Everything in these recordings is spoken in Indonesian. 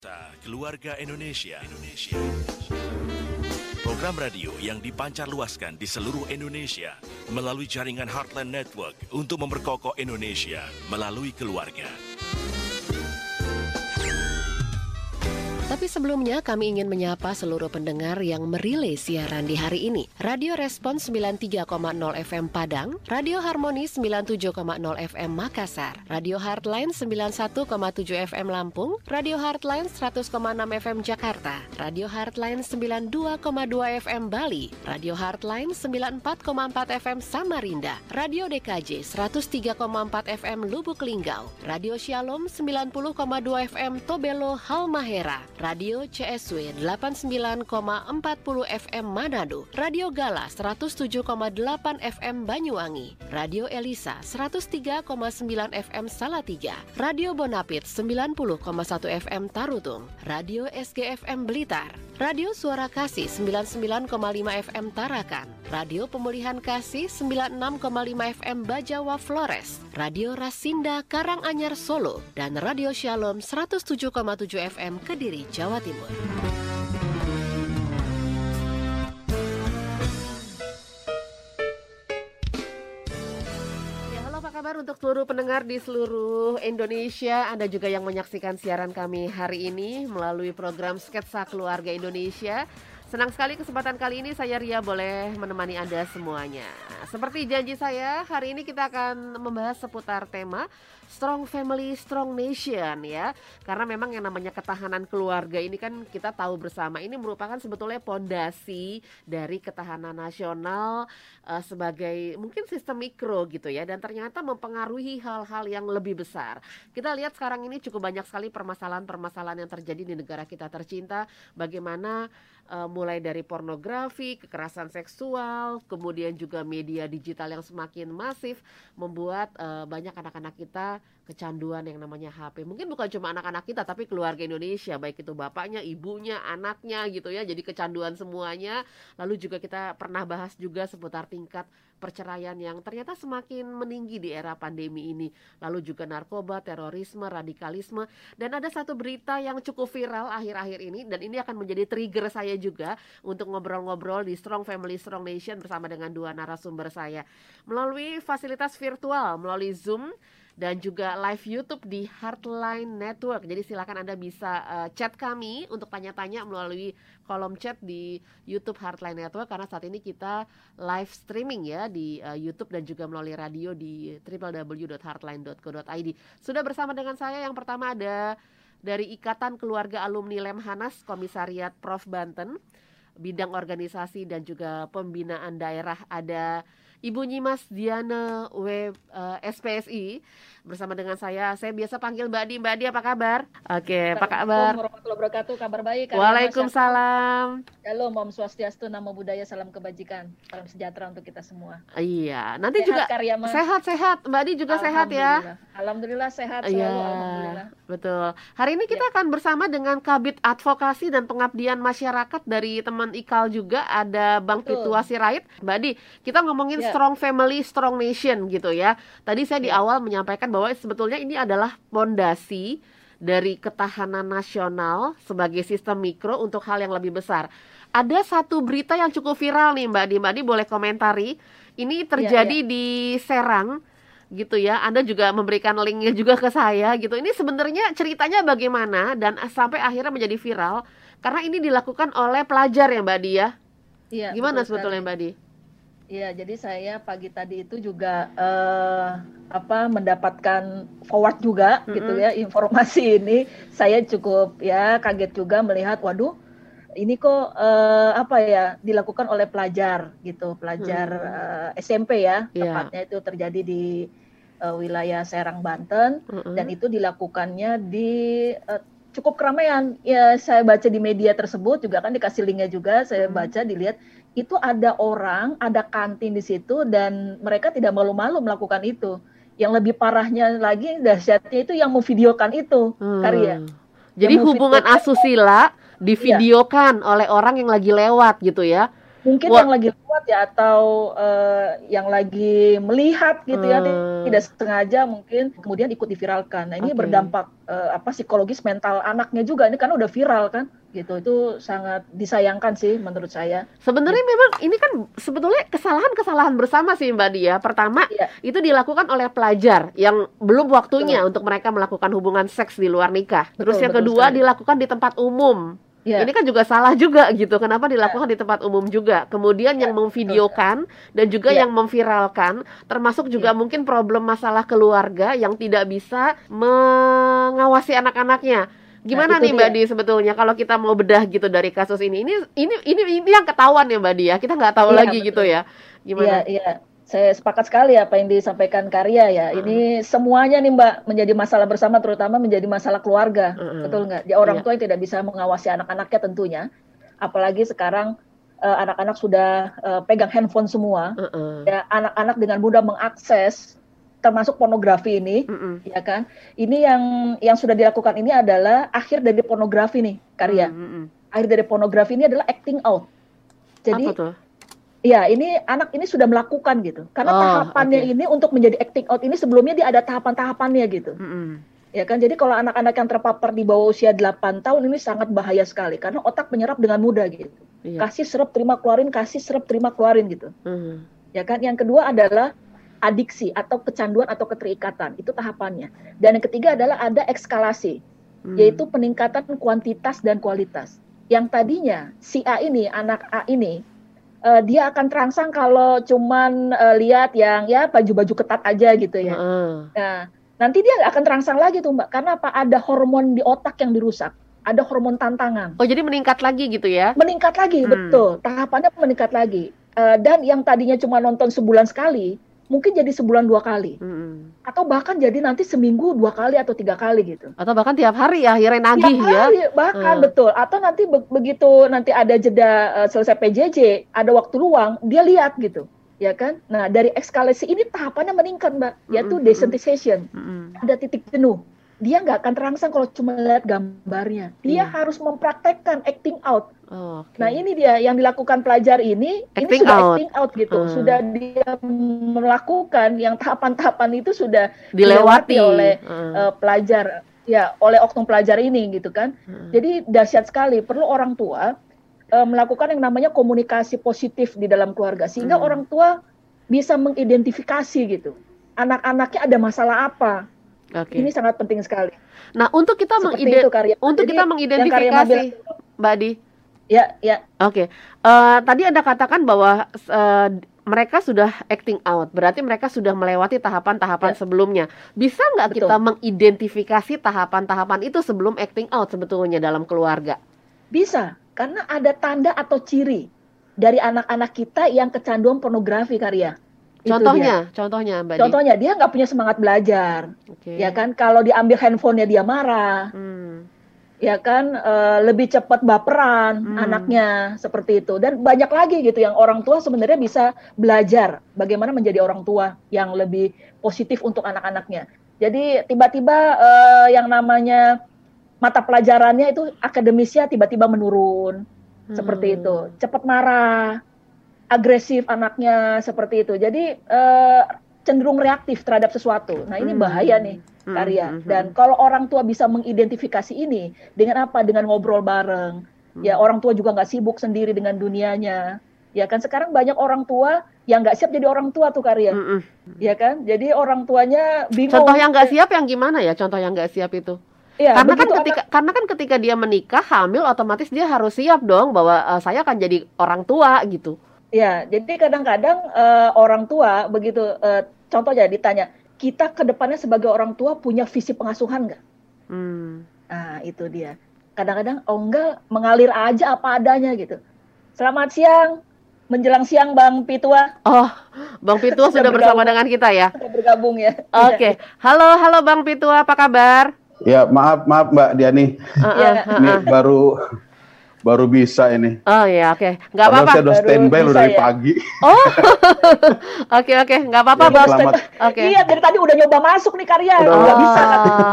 Keluarga Indonesia. Program radio yang dipancar luaskan di seluruh Indonesia melalui jaringan Heartland Network untuk memperkokoh Indonesia melalui keluarga. Tapi sebelumnya kami ingin menyapa seluruh pendengar yang merilai siaran di hari ini. Radio Respons 93,0 FM Padang, Radio Harmoni 97,0 FM Makassar, Radio Heartline 91,7 FM Lampung, Radio Heartline 100,6 FM Jakarta, Radio Heartline 92,2 FM Bali, Radio Heartline 94,4 FM Samarinda, Radio DKJ 103,4 FM Lubuk Linggau, Radio Shalom 90,2 FM Tobelo Halmahera, Radio CSW 89,40 FM Manado, Radio Gala 107,8 FM Banyuwangi, Radio Elisa 103,9 FM Salatiga, Radio Bonapit 90,1 FM Tarutung, Radio SGFM Blitar, Radio Suara Kasih 99,5 FM Tarakan, Radio Pemulihan Kasih 96,5 FM Bajawa Flores, Radio Rasinda Karanganyar Solo, dan Radio Shalom 107,7 FM Kediri, Jawa Timur. Ya, halo, apa kabar untuk seluruh pendengar di seluruh Indonesia? Anda juga yang menyaksikan siaran kami hari ini melalui program Sketsa Keluarga Indonesia. Senang sekali kesempatan kali ini saya Ria boleh menemani Anda semuanya. Seperti janji saya, hari ini kita akan membahas seputar tema Strong Family, Strong Nation ya. Karena memang yang namanya ketahanan keluarga ini kan kita tahu bersama ini merupakan sebetulnya pondasi dari ketahanan nasional sebagai mungkin sistem mikro gitu ya. Dan ternyata mempengaruhi hal-hal yang lebih besar. Kita lihat sekarang ini cukup banyak sekali permasalahan-permasalahan yang terjadi di negara kita tercinta. Bagaimana mulai dari pornografi, kekerasan seksual, kemudian juga media digital yang semakin masif membuat banyak anak-anak kita kecanduan yang namanya HP. Mungkin bukan cuma anak-anak kita tapi keluarga Indonesia, baik itu bapaknya, ibunya, anaknya gitu ya. Jadi kecanduan semuanya. Lalu juga kita pernah bahas juga seputar tingkat perceraian yang ternyata semakin meninggi di era pandemi ini. Lalu juga narkoba, terorisme, radikalisme. Dan ada satu berita yang cukup viral akhir-akhir ini dan ini akan menjadi trigger saya juga untuk ngobrol-ngobrol di Strong Family, Strong Nation bersama dengan dua narasumber saya melalui fasilitas virtual, melalui Zoom dan juga live YouTube di Heartline Network. Jadi silakan Anda bisa chat kami untuk tanya-tanya melalui kolom chat di YouTube Heartline Network karena saat ini kita live streaming ya di YouTube dan juga melalui radio di www.heartline.co.id. Sudah bersama dengan saya yang pertama ada dari Ikatan Keluarga Alumni Lemhanas Komisariat Prof Banten, bidang organisasi dan juga pembinaan daerah ada Ibu Nyimas Diana SPSI bersama dengan saya biasa panggil Mbak Di. Mbak Di apa kabar? Oke, apa kabar? Warahmatullahi wabarakatuh, kabar baik. Waalaikumsalam. Shalom, Om Swastiastu, Namo Buddhaya, salam kebajikan, salam sejahtera untuk kita semua. Iya, nanti sehat, juga sehat-sehat. Mbak Di juga sehat ya? Alhamdulillah sehat selalu, alhamdulillah. Betul. Hari ini kita akan bersama dengan Kabid Advokasi dan Pengabdian Masyarakat dari teman IKAL juga ada Bang Pitua Sirait. Mbak Di, kita ngomongin Strong Family, Strong Nation gitu ya. Tadi saya di awal menyampaikan bahwa sebetulnya ini adalah pondasi dari ketahanan nasional sebagai sistem mikro untuk hal yang lebih besar. Ada satu berita yang cukup viral nih Mbak Di. Mbak Di boleh komentari. Ini terjadi di Serang gitu ya. Anda juga memberikan linknya juga ke saya gitu. Ini sebenarnya ceritanya bagaimana dan sampai akhirnya menjadi viral karena ini dilakukan oleh pelajar ya Mbak Di ya. Iya. Gimana sebetulnya Mbak Di? Iya, jadi saya pagi tadi itu juga mendapatkan forward juga gitu ya informasi ini. Saya cukup ya kaget juga melihat, waduh, ini kok dilakukan oleh pelajar gitu, pelajar SMP ya, tepatnya itu terjadi di wilayah Serang Banten dan itu dilakukannya di cukup keramaian. Ya, saya baca di media tersebut juga kan dikasih linknya juga, saya baca dilihat itu ada orang, ada kantin di situ dan mereka tidak malu-malu melakukan itu. Yang lebih parahnya lagi, dahsyatnya itu yang memvideokan itu, Karya. Jadi hubungan asusila divideokan oleh orang yang lagi lewat gitu ya. Mungkin yang lagi lewat ya, atau yang lagi melihat gitu ya, tidak sengaja mungkin kemudian ikut diviralkan. Nah ini berdampak psikologis mental anaknya juga, ini karena udah viral kan gitu. Itu sangat disayangkan sih menurut saya. Sebenarnya memang ini kan sebetulnya kesalahan bersama sih Mbak Dia. Pertama, itu dilakukan oleh pelajar yang belum waktunya untuk mereka melakukan hubungan seks di luar nikah. Terus yang kedua dilakukan di tempat umum. Ini kan juga salah juga gitu. Kenapa dilakukan di tempat umum juga? Kemudian yang memvideokan dan juga yang memviralkan, termasuk juga mungkin problem masalah keluarga yang tidak bisa mengawasi anak-anaknya. Gimana nih Mbak Di sebetulnya kalau kita mau bedah gitu dari kasus ini? Ini yang ketahuan ya Mbak Di ya. Kita nggak tahu lagi gitu ya. Gimana? Iya. Saya sepakat sekali apa yang disampaikan Karya ya. Ini semuanya nih Mbak menjadi masalah bersama, terutama menjadi masalah keluarga. Betul nggak? Ya, orang tua yang tidak bisa mengawasi anak-anaknya tentunya. Apalagi sekarang anak-anak sudah pegang handphone semua. Ya, anak-anak dengan mudah mengakses termasuk pornografi ini, ya kan? Ini yang sudah dilakukan ini adalah akhir dari pornografi nih, Karya. Akhir dari pornografi ini adalah acting out. Jadi apa tuh? Ya, ini anak ini sudah melakukan gitu. Karena tahapannya ini untuk menjadi acting out ini sebelumnya dia ada tahapan-tahapannya gitu. Ya kan, jadi kalau anak-anak yang terpapar di bawah usia 8 tahun ini sangat bahaya sekali. Karena otak menyerap dengan mudah gitu. Kasih serap terima keluarin, kasih serap terima keluarin gitu. Ya kan, yang kedua adalah adiksi atau kecanduan atau keterikatan. Itu tahapannya. Dan yang ketiga adalah ada ekskalasi. Yaitu peningkatan kuantitas dan kualitas. Yang tadinya si A ini, anak A ini, dia akan terangsang kalau cuman lihat yang ya baju-baju ketat aja gitu ya. Nah, nanti dia nggak akan terangsang lagi tuh Mbak, karena apa? Ada hormon di otak yang dirusak, ada hormon tantangan. Oh, jadi meningkat lagi gitu ya? Meningkat lagi, betul. Tahapannya meningkat lagi. Dan yang tadinya cuma nonton sebulan sekali, mungkin jadi sebulan 2 kali. Atau bahkan jadi nanti seminggu 2 kali atau 3 kali gitu. Atau bahkan tiap hari ya, akhirnya nagih tiap ya. Hari, bahkan betul. Atau nanti begitu nanti ada jeda selesai PJJ, ada waktu luang, dia lihat gitu. Ya kan? Nah, dari eskalasi ini tahapannya meningkat, Mbak, yaitu desensitization. Ada titik jenuh. Dia nggak akan terangsang kalau cuma lihat gambarnya. Dia harus mempraktekkan acting out. Nah, ini dia yang dilakukan pelajar ini sudah acting out gitu. Sudah dia melakukan yang tahapan-tahapan itu sudah dilewati oleh pelajar, ya, oleh oknum pelajar ini gitu kan. Jadi dahsyat sekali, perlu orang tua melakukan yang namanya komunikasi positif di dalam keluarga sehingga orang tua bisa mengidentifikasi gitu. Anak-anaknya ada masalah apa. Ini sangat penting sekali. Nah, untuk kita mengidentifikasi, Mbak Di. Ya. Tadi Anda katakan bahwa mereka sudah acting out, berarti mereka sudah melewati tahapan-tahapan sebelumnya. Bisa nggak kita mengidentifikasi tahapan-tahapan itu sebelum acting out sebetulnya dalam keluarga? Bisa, karena ada tanda atau ciri dari anak-anak kita yang kecanduan pornografi, Karya. Contohnya Mbak Di. Contohnya dia nggak punya semangat belajar, ya kan? Kalau diambil handphonenya dia marah, ya kan? Lebih cepat baperan anaknya seperti itu. Dan banyak lagi gitu yang orang tua sebenarnya bisa belajar bagaimana menjadi orang tua yang lebih positif untuk anak-anaknya. Jadi tiba-tiba yang namanya mata pelajarannya itu akademisnya tiba-tiba menurun, seperti itu. Cepat marah, agresif anaknya seperti itu. Jadi cenderung reaktif terhadap sesuatu. Nah, ini bahaya nih, Karya. Dan kalau orang tua bisa mengidentifikasi ini dengan apa? Dengan ngobrol bareng. Ya, orang tua juga nggak sibuk sendiri dengan dunianya. Ya kan, sekarang banyak orang tua yang nggak siap jadi orang tua tuh, Karya. Ya kan, jadi orang tuanya bingung. Contoh yang nggak siap yang gimana ya? Contoh yang nggak siap itu? Ya, karena kan ketika dia menikah, hamil, otomatis dia harus siap dong bahwa saya akan jadi orang tua gitu. Ya, jadi kadang-kadang orang tua begitu, contohnya ditanya, kita ke depannya sebagai orang tua punya visi pengasuhan nggak? Nah, itu dia. Kadang-kadang, enggak, mengalir aja apa adanya gitu. Selamat siang, menjelang siang Bang Pitua. Oh, Bang Pitua sudah bersama dengan kita ya? Sudah bergabung ya. Oke. Halo Bang Pitua, apa kabar? Ya, maaf Mbak Diani. Ini baru bisa ini. Oh ya, oke. Nggak Padahal apa-apa. saya udah Baru standby loh bisa dari ya? pagi. Oh, oke, nggak apa-apa, Ya, Bang. selamat. Oke. Iya, dari tadi udah nyoba masuk nih karya, Udah. nggak bisa.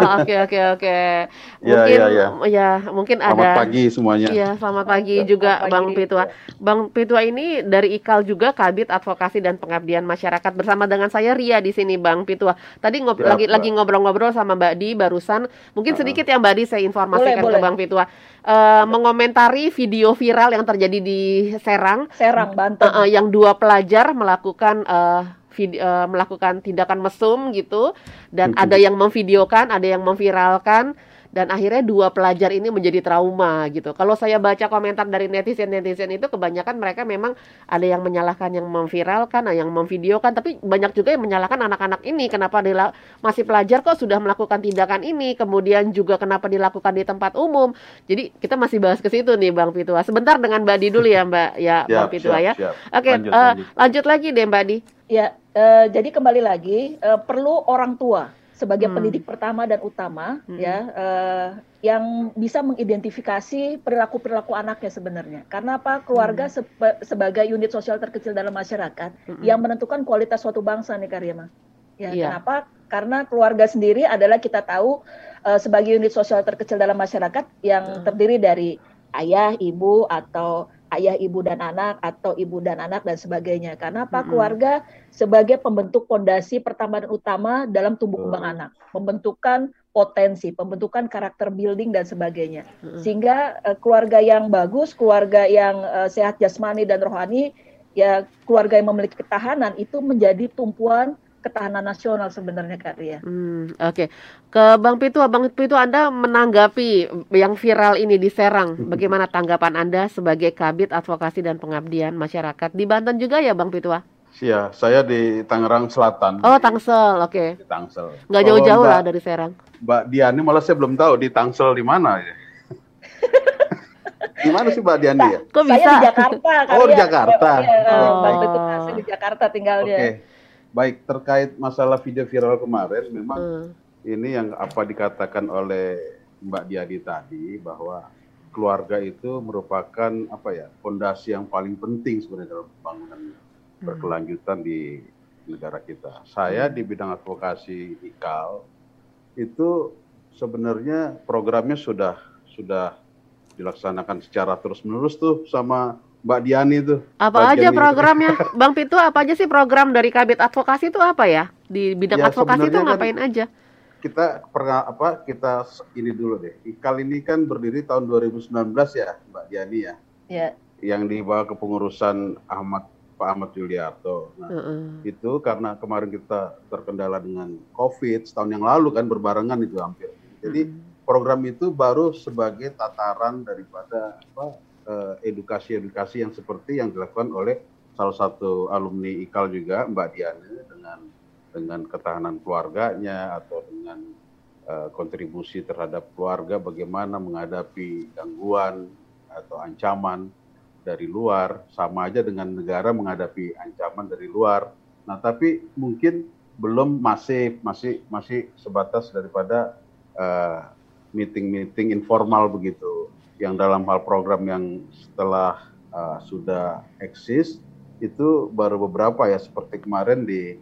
Oke. Ya, Mungkin ya. mungkin Selamat ada. pagi semuanya. Iya, selamat pagi Selamat juga pagi. Bang Pitua. Bang Pitua ini dari IKAL juga, Kabid Advokasi dan Pengabdian Masyarakat, bersama dengan saya Ria di sini, Bang Pitua. Tadi Siap, lagi ngobrol-ngobrol sama Mbak Di barusan. Mungkin sedikit ya Mbak Di saya informasikan Boleh. ke Bang Pitua. Mengomentari video viral yang terjadi di Serang, Banten. yang 2 pelajar melakukan melakukan tindakan mesum gitu, dan ada yang memvideokan, ada yang memviralkan, dan akhirnya 2 pelajar ini menjadi trauma gitu. Kalau saya baca komentar dari netizen itu, kebanyakan mereka memang ada yang menyalahkan yang memviralkan, ada yang memvideokan, tapi banyak juga yang menyalahkan anak-anak ini, kenapa masih pelajar kok sudah melakukan tindakan ini, kemudian juga kenapa dilakukan di tempat umum. Jadi kita masih bahas ke situ nih Bang Pitua. Sebentar dengan Mbak Di dulu ya Mbak ya. Siap, Bang Pitua ya. siap. Oke, lanjut lagi deh Mbak Di. Ya, jadi kembali lagi perlu orang tua sebagai pendidik pertama dan utama ya, yang bisa mengidentifikasi perilaku anaknya sebenarnya. Karena apa? Keluarga sebagai unit sosial terkecil dalam masyarakat yang menentukan kualitas suatu bangsa nih Karyama. Ya, Iya. kenapa? Karena keluarga sendiri adalah kita tahu sebagai unit sosial terkecil dalam masyarakat yang terdiri dari ayah, ibu, atau ayah, ibu, dan anak, atau ibu dan anak, dan sebagainya. Karena apa? Keluarga sebagai pembentuk fondasi pertama dan utama dalam tumbuh kembang anak, pembentukan potensi, pembentukan karakter building, dan sebagainya. Sehingga keluarga yang bagus, keluarga yang sehat jasmani dan rohani, ya keluarga yang memiliki ketahanan, itu menjadi tumpuan ketahanan nasional sebenarnya Kak Ria. Oke. Ke Bang Pitua, Anda menanggapi yang viral ini di Serang, bagaimana tanggapan Anda sebagai Kabid Advokasi dan Pengabdian Masyarakat di Banten juga ya Bang Pitua? Iya, saya di Tangerang Selatan. Oh, Tangsel, oke. Di Tangsel. Nggak Kalau jauh-jauh Mbak- lah dari Serang. Mbak Diani malah saya belum tahu di Tangsel di mana ya. Di mana sih Mbak Diani ya? Kok Saya bisa? di Jakarta. Oh, di Jakarta. Bang Oh. Betul, saya di Jakarta tinggalnya. Oke. Baik, terkait masalah video viral kemarin, memang ini yang apa dikatakan oleh Mbak Diani tadi, bahwa keluarga itu merupakan apa ya, fondasi yang paling penting sebenarnya dalam pembangunan berkelanjutan di negara kita. Saya di bidang advokasi IKAL itu sebenarnya programnya sudah dilaksanakan secara terus-menerus tuh sama Mbak Diani tuh. Apa Bagian aja itu. programnya? Bang Pitua, apa aja sih program dari Kabid Advokasi itu apa ya? Di bidang Ya, advokasi itu sebenarnya kan ngapain aja? Kita ini dulu deh. IKAL ini kan berdiri tahun 2019 ya, Mbak Diani ya. Ya. Yang dibawa kepengurusan Pak Ahmad Yuliarto. Nah, itu karena kemarin kita terkendala dengan COVID setahun yang lalu kan, berbarengan itu hampir. Jadi program itu baru sebagai tataran daripada edukasi-edukasi yang seperti yang dilakukan oleh salah satu alumni IKAL juga, Mbak Diani, dengan ketahanan keluarganya atau dengan kontribusi terhadap keluarga, bagaimana menghadapi gangguan atau ancaman dari luar, sama aja dengan negara menghadapi ancaman dari luar. Nah, tapi mungkin belum masih sebatas daripada meeting-meeting informal begitu. Yang dalam hal program yang setelah sudah eksis itu baru beberapa ya, seperti kemarin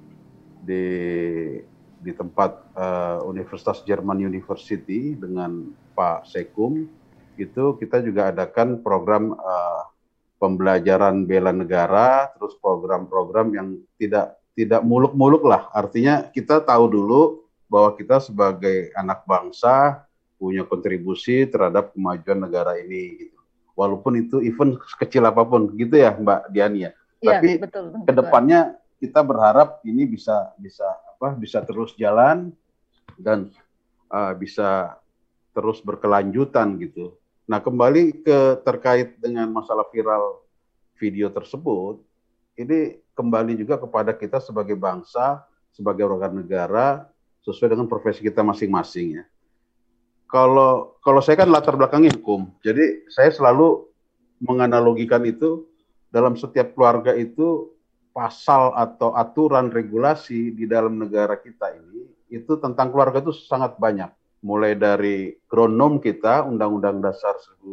di tempat Universitas Jerman University dengan Pak Sekum, itu kita juga adakan program pembelajaran bela negara, terus program-program yang tidak muluk-muluk lah. Artinya kita tahu dulu bahwa kita sebagai anak bangsa punya kontribusi terhadap kemajuan negara ini gitu. Walaupun itu event sekecil apapun gitu ya Mbak Diani ya. Tapi betul. kedepannya kita berharap ini bisa terus jalan dan bisa terus berkelanjutan gitu. Nah, kembali terkait dengan masalah viral video tersebut, ini kembali juga kepada kita sebagai bangsa, sebagai warga negara, sesuai dengan profesi kita masing-masing ya. Kalau saya kan latar belakangnya hukum, jadi saya selalu menganalogikan itu dalam setiap keluarga itu pasal atau aturan regulasi di dalam negara kita ini itu tentang keluarga itu sangat banyak. Mulai dari ground norm kita, Undang-Undang Dasar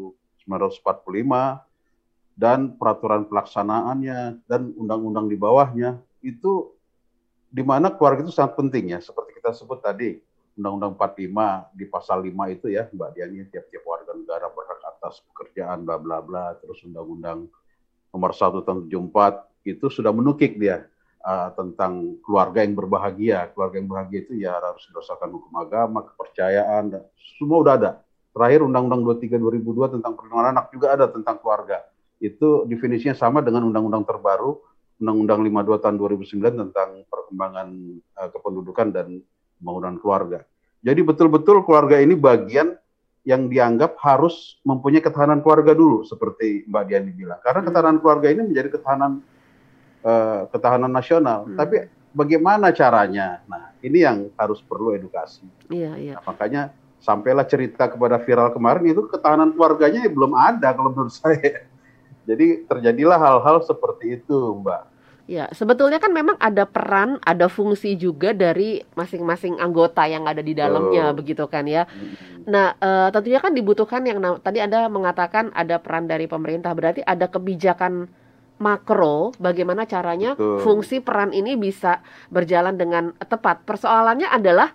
1945 dan peraturan pelaksanaannya dan undang-undang di bawahnya itu di mana keluarga itu sangat penting ya, seperti kita sebut tadi Undang-Undang 45 di pasal 5 itu ya Mbak Diani, tiap-tiap warga negara berhak atas pekerjaan bla bla bla, terus Undang-Undang nomor 1 tahun 74 itu sudah menukik dia tentang keluarga yang berbahagia. Keluarga yang bahagia itu ya harus berdasarkan hukum agama, kepercayaan, semua udah ada. Terakhir Undang-Undang 23 2002 tentang perlindungan anak juga ada tentang keluarga. Itu definisinya sama dengan undang-undang terbaru, Undang-Undang 52 tahun 2009 tentang perkembangan kependudukan dan pembangunan keluarga. Jadi betul-betul keluarga ini bagian yang dianggap harus mempunyai ketahanan keluarga dulu, seperti Mbak Diani bilang. Karena ketahanan keluarga ini menjadi ketahanan nasional. Tapi bagaimana caranya? Nah, ini yang harus perlu edukasi. Nah, makanya sampailah cerita kepada viral kemarin itu ketahanan keluarganya belum ada kalau menurut saya. Jadi terjadilah hal-hal seperti itu, Mbak. Ya, sebetulnya kan memang ada peran, ada fungsi juga dari masing-masing anggota yang ada di dalamnya, begitu kan ya. Nah, tentunya kan dibutuhkan yang tadi Anda mengatakan ada peran dari pemerintah, berarti ada kebijakan makro, bagaimana caranya fungsi peran ini bisa berjalan dengan tepat. Persoalannya adalah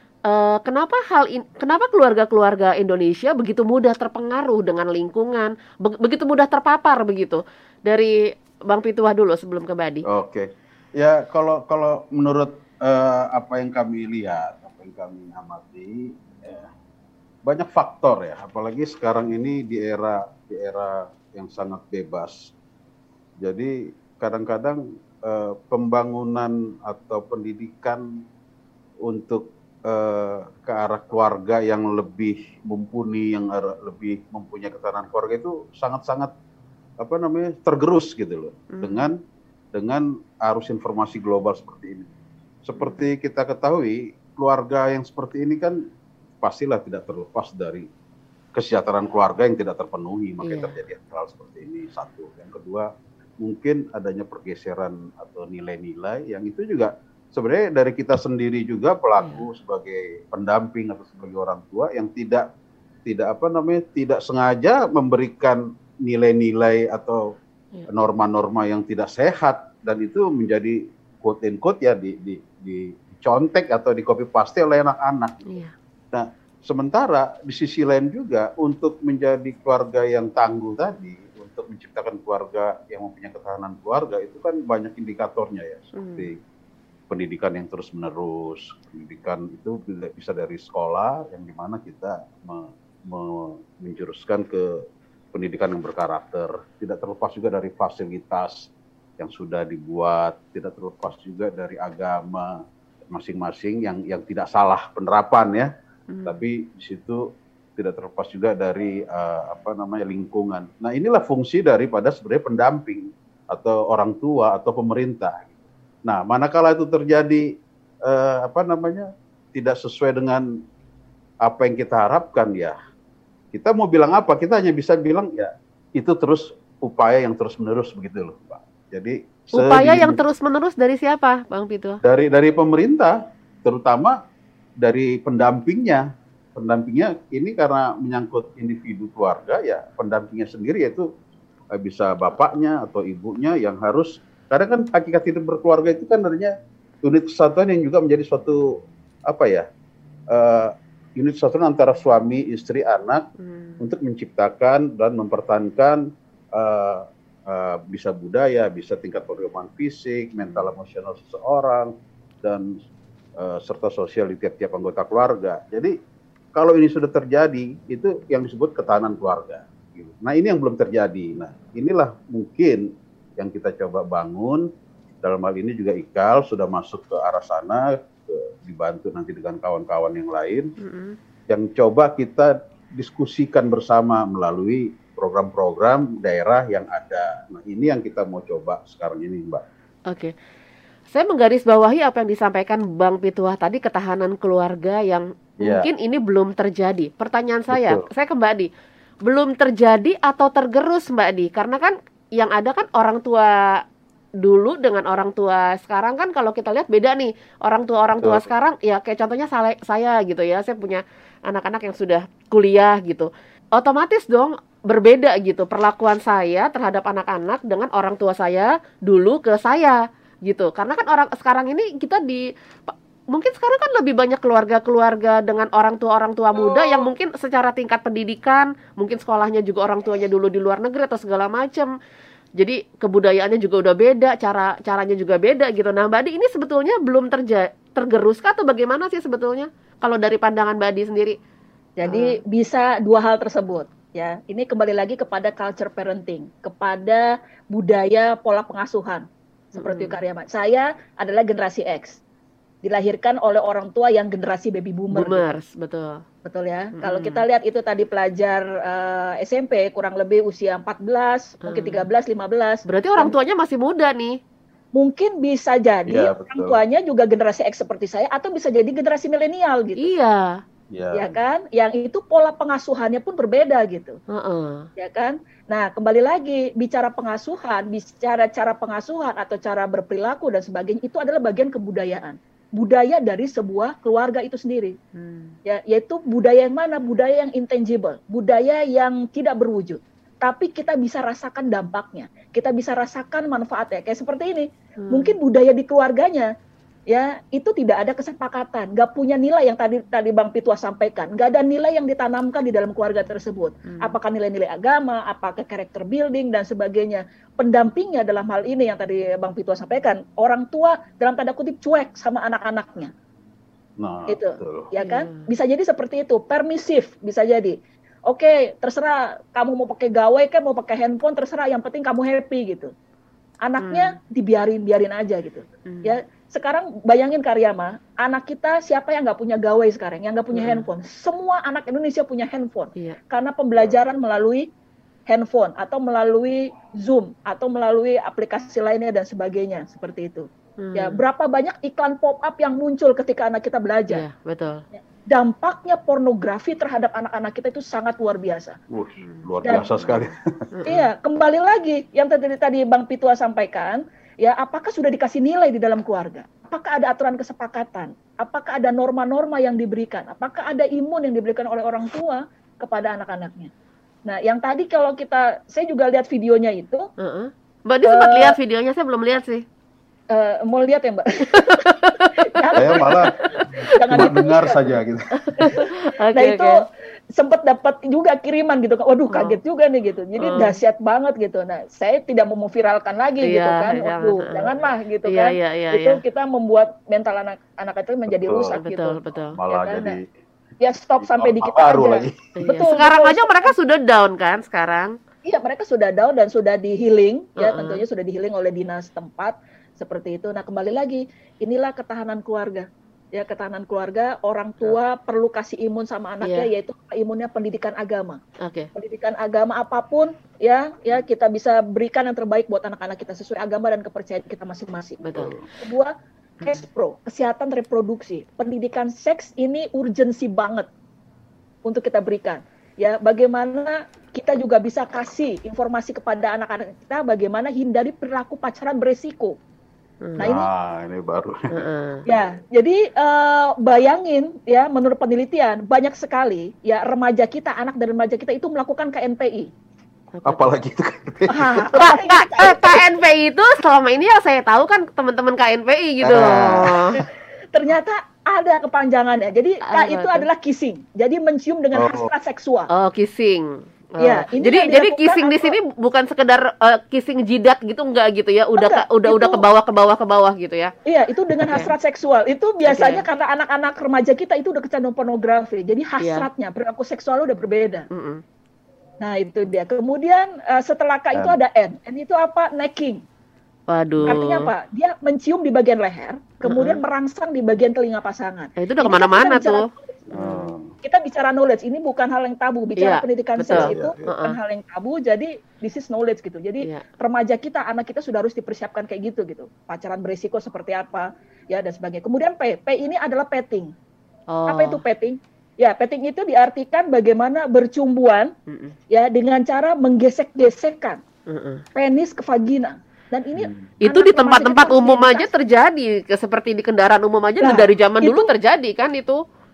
kenapa keluarga-keluarga Indonesia begitu mudah terpengaruh dengan lingkungan, begitu mudah terpapar begitu. Dari Bang Pituah dulu sebelum ke Badi. Oke. Ya, kalau menurut apa yang kami lihat, apa yang kami amati, banyak faktor ya, apalagi sekarang ini di era yang sangat bebas. Jadi kadang-kadang pembangunan atau pendidikan untuk ke arah keluarga yang lebih mumpuni, yang lebih mempunyai ketahanan keluarga itu sangat-sangat tergerus gitu loh, dengan arus informasi global seperti ini. Seperti kita ketahui, keluarga yang seperti ini kan pastilah tidak terlepas dari kesejahteraan keluarga yang tidak terpenuhi, makanya terjadi hal seperti ini. Satu, yang kedua mungkin adanya pergeseran atau nilai-nilai yang itu juga sebenarnya dari kita sendiri juga pelaku sebagai pendamping atau sebagai orang tua yang tidak sengaja memberikan nilai-nilai atau norma-norma yang tidak sehat, dan itu menjadi quote and quote ya dicontek atau di copy paste oleh anak-anak. Nah, sementara di sisi lain juga untuk menjadi keluarga yang tangguh tadi, untuk menciptakan keluarga yang mempunyai ketahanan keluarga itu kan banyak indikatornya ya, seperti pendidikan yang terus-menerus. Pendidikan itu bisa dari sekolah yang dimana kita menjuruskan ke pendidikan yang berkarakter. Tidak terlepas juga dari fasilitas yang sudah dibuat, tidak terlepas juga dari agama masing-masing yang tidak salah penerapan ya. Tapi di situ tidak terlepas juga dari lingkungan. Nah, inilah fungsi daripada sebenarnya pendamping atau orang tua atau pemerintah. Nah, manakala itu terjadi tidak sesuai dengan apa yang kita harapkan ya, kita mau bilang apa? Kita hanya bisa bilang ya itu terus upaya yang terus-menerus begitu loh, Pak. Jadi upaya yang terus-menerus dari siapa, Bang Pituah? Dari pemerintah, terutama dari pendampingnya. Pendampingnya ini karena menyangkut individu keluarga ya, pendampingnya sendiri yaitu bisa bapaknya atau ibunya yang harus. Karena kan hakikat hidup berkeluarga itu kan adanya unit kesatuan yang juga menjadi suatu unit kesatuan antara suami, istri, anak untuk menciptakan dan mempertahankan bisa budaya, bisa tingkat perkembangan fisik, mental, emosional seseorang, dan serta sosial di tiap-tiap anggota keluarga. Jadi kalau ini sudah terjadi, itu yang disebut ketahanan keluarga. Nah, ini yang belum terjadi. Nah, inilah mungkin yang kita coba bangun. Dalam hal ini juga IKAL sudah masuk ke arah sana, dibantu nanti dengan kawan-kawan yang lain, yang coba kita diskusikan bersama melalui program-program daerah yang ada. Nah, ini yang kita mau coba sekarang ini, Mbak. Oke. Saya menggarisbawahi apa yang disampaikan Bang Pituah tadi, ketahanan keluarga yang mungkin ini belum terjadi. Pertanyaan saya ke Mbak Adi, belum terjadi atau tergerus, Mbak Adi? Karena kan yang ada kan orang tua dulu dengan orang tua sekarang kan kalau kita lihat beda nih. Orang tua sekarang ya kayak contohnya saya gitu ya. Saya punya anak-anak yang sudah kuliah gitu. Otomatis dong berbeda gitu perlakuan saya terhadap anak-anak dengan orang tua saya dulu ke saya gitu. Karena kan orang sekarang ini kita mungkin sekarang kan lebih banyak keluarga-keluarga dengan orang tua muda yang mungkin secara tingkat pendidikan, mungkin sekolahnya juga orang tuanya dulu di luar negeri atau segala macam. Jadi kebudayaannya juga udah beda, caranya juga beda gitu. Nah, Mbak Adi ini sebetulnya belum tergerus kah atau bagaimana sih sebetulnya kalau dari pandangan Mbak Adi sendiri? Jadi bisa dua hal tersebut ya. Ini kembali lagi kepada culture parenting, kepada budaya pola pengasuhan. Seperti Karyawan. Saya adalah generasi X. Dilahirkan oleh orang tua yang generasi baby boomer. Boomers, betul. Betul ya. Kalau kita lihat itu tadi pelajar SMP kurang lebih usia 14, mungkin 13, 15. Berarti orang tuanya masih muda nih. Mungkin bisa jadi orang tuanya juga generasi X seperti saya atau bisa jadi generasi milenial gitu. Iya. Ya kan? Yang itu pola pengasuhannya pun berbeda gitu. Ya kan? Nah, kembali lagi bicara pengasuhan, bicara cara pengasuhan atau cara berperilaku dan sebagainya itu adalah bagian kebudayaan. Budaya dari sebuah keluarga itu sendiri, ya, yaitu budaya yang mana? Budaya yang intangible, budaya yang tidak berwujud, tapi kita bisa rasakan dampaknya, kita bisa rasakan manfaatnya. Kayak seperti ini, mungkin budaya di keluarganya, ya itu tidak ada kesepakatan, nggak punya nilai yang tadi Bang Pitwa sampaikan, nggak ada nilai yang ditanamkan di dalam keluarga tersebut. Apakah nilai-nilai agama, apakah character building dan sebagainya. Pendampingnya dalam hal ini yang tadi Bang Pitwa sampaikan, orang tua dalam tanda kutip cuek sama anak-anaknya. Nah, itu, betul. Ya kan? Bisa jadi seperti itu, permisif bisa jadi. Oke, terserah kamu mau pakai gawai kan, mau pakai handphone, terserah, yang penting kamu happy gitu. Anaknya biarin aja gitu. Ya, sekarang bayangin Karyama, anak kita siapa yang nggak punya gawai sekarang, yang nggak punya handphone? Semua anak Indonesia punya handphone, karena pembelajaran melalui handphone atau melalui Zoom atau melalui aplikasi lainnya dan sebagainya seperti itu. Ya, berapa banyak iklan pop-up yang muncul ketika anak kita belajar? Iya, betul. Dampaknya pornografi terhadap anak-anak kita itu sangat luar biasa. Luar biasa sekali. Iya, kembali lagi yang tadi Bang Pitwa sampaikan, ya apakah sudah dikasih nilai di dalam keluarga? Apakah ada aturan kesepakatan? Apakah ada norma-norma yang diberikan? Apakah ada imun yang diberikan oleh orang tua kepada anak-anaknya? Nah, yang tadi kalau saya juga lihat videonya itu. Mbak Di sempat lihat videonya, saya belum lihat sih. Mau lihat ya Mbak? Saya malah cuma dengar saja gitu. Nah itu sempat dapat juga kiriman gitu. Waduh, kaget juga nih gitu. Jadi dahsyat banget gitu. Nah, saya tidak mau memviralkan lagi gitu kan. Waduh, jangan mah gitu kan. Itu kita membuat mental anak itu menjadi rusak gitu. Betul. Malah ya, jadi ya stop sampai di kita aja. Lagi. Betul. Sekarang aja mereka sudah down kan sekarang. Iya, mereka sudah down dan sudah di healing, ya tentunya sudah di healing oleh dinas tempat seperti itu. Nah, kembali lagi, inilah ketahanan keluarga. Ya, ketahanan keluarga, orang tua perlu kasih imun sama anaknya, yaitu imunnya pendidikan agama. Pendidikan agama apapun, ya kita bisa berikan yang terbaik buat anak-anak kita sesuai agama dan kepercayaan kita masing-masing. Betul. Kedua, kesehatan reproduksi. Pendidikan seks ini urgensi banget untuk kita berikan. Ya, bagaimana kita juga bisa kasih informasi kepada anak-anak kita bagaimana hindari perilaku pacaran beresiko. Nah, ini baru. Ya, jadi bayangin ya, menurut penelitian banyak sekali ya remaja kita, anak dan remaja kita itu melakukan KNPI. Apalagi itu KNPI itu selama ini yang saya tahu kan teman-teman KNPI gitu loh. Ternyata ada kepanjangannya. Jadi itu adalah kissing. Jadi mencium dengan hasrat seksual. Oh, kissing. Ya, jadi kissing di sini bukan sekedar kissing jidat gitu, enggak gitu ya. Udah ke bawah gitu ya. Iya, itu dengan hasrat seksual. Itu biasanya karena anak-anak remaja kita itu udah kecanduan pornografi. Jadi hasratnya perilaku seksual udah berbeda. Nah, itu dia. Kemudian setelah K itu ada N. N itu apa? Necking. Waduh. Artinya apa? Dia mencium di bagian leher, kemudian merangsang di bagian telinga pasangan. Itu udah kemana-mana tuh. Kita bicara knowledge, ini bukan hal yang tabu. Bicara pendidikan seks itu bukan hal yang tabu. Jadi this is knowledge gitu. Jadi remaja kita, anak kita sudah harus dipersiapkan kayak gitu. Pacaran berisiko seperti apa, ya dan sebagainya. Kemudian P ini adalah petting. Apa itu petting? Ya, petting itu diartikan bagaimana bercumbuan, ya dengan cara menggesek-gesekkan penis ke vagina. Dan ini itu di tempat-tempat umum aja terjadi, seperti di kendaraan umum aja dari zaman dulu terjadi kan itu.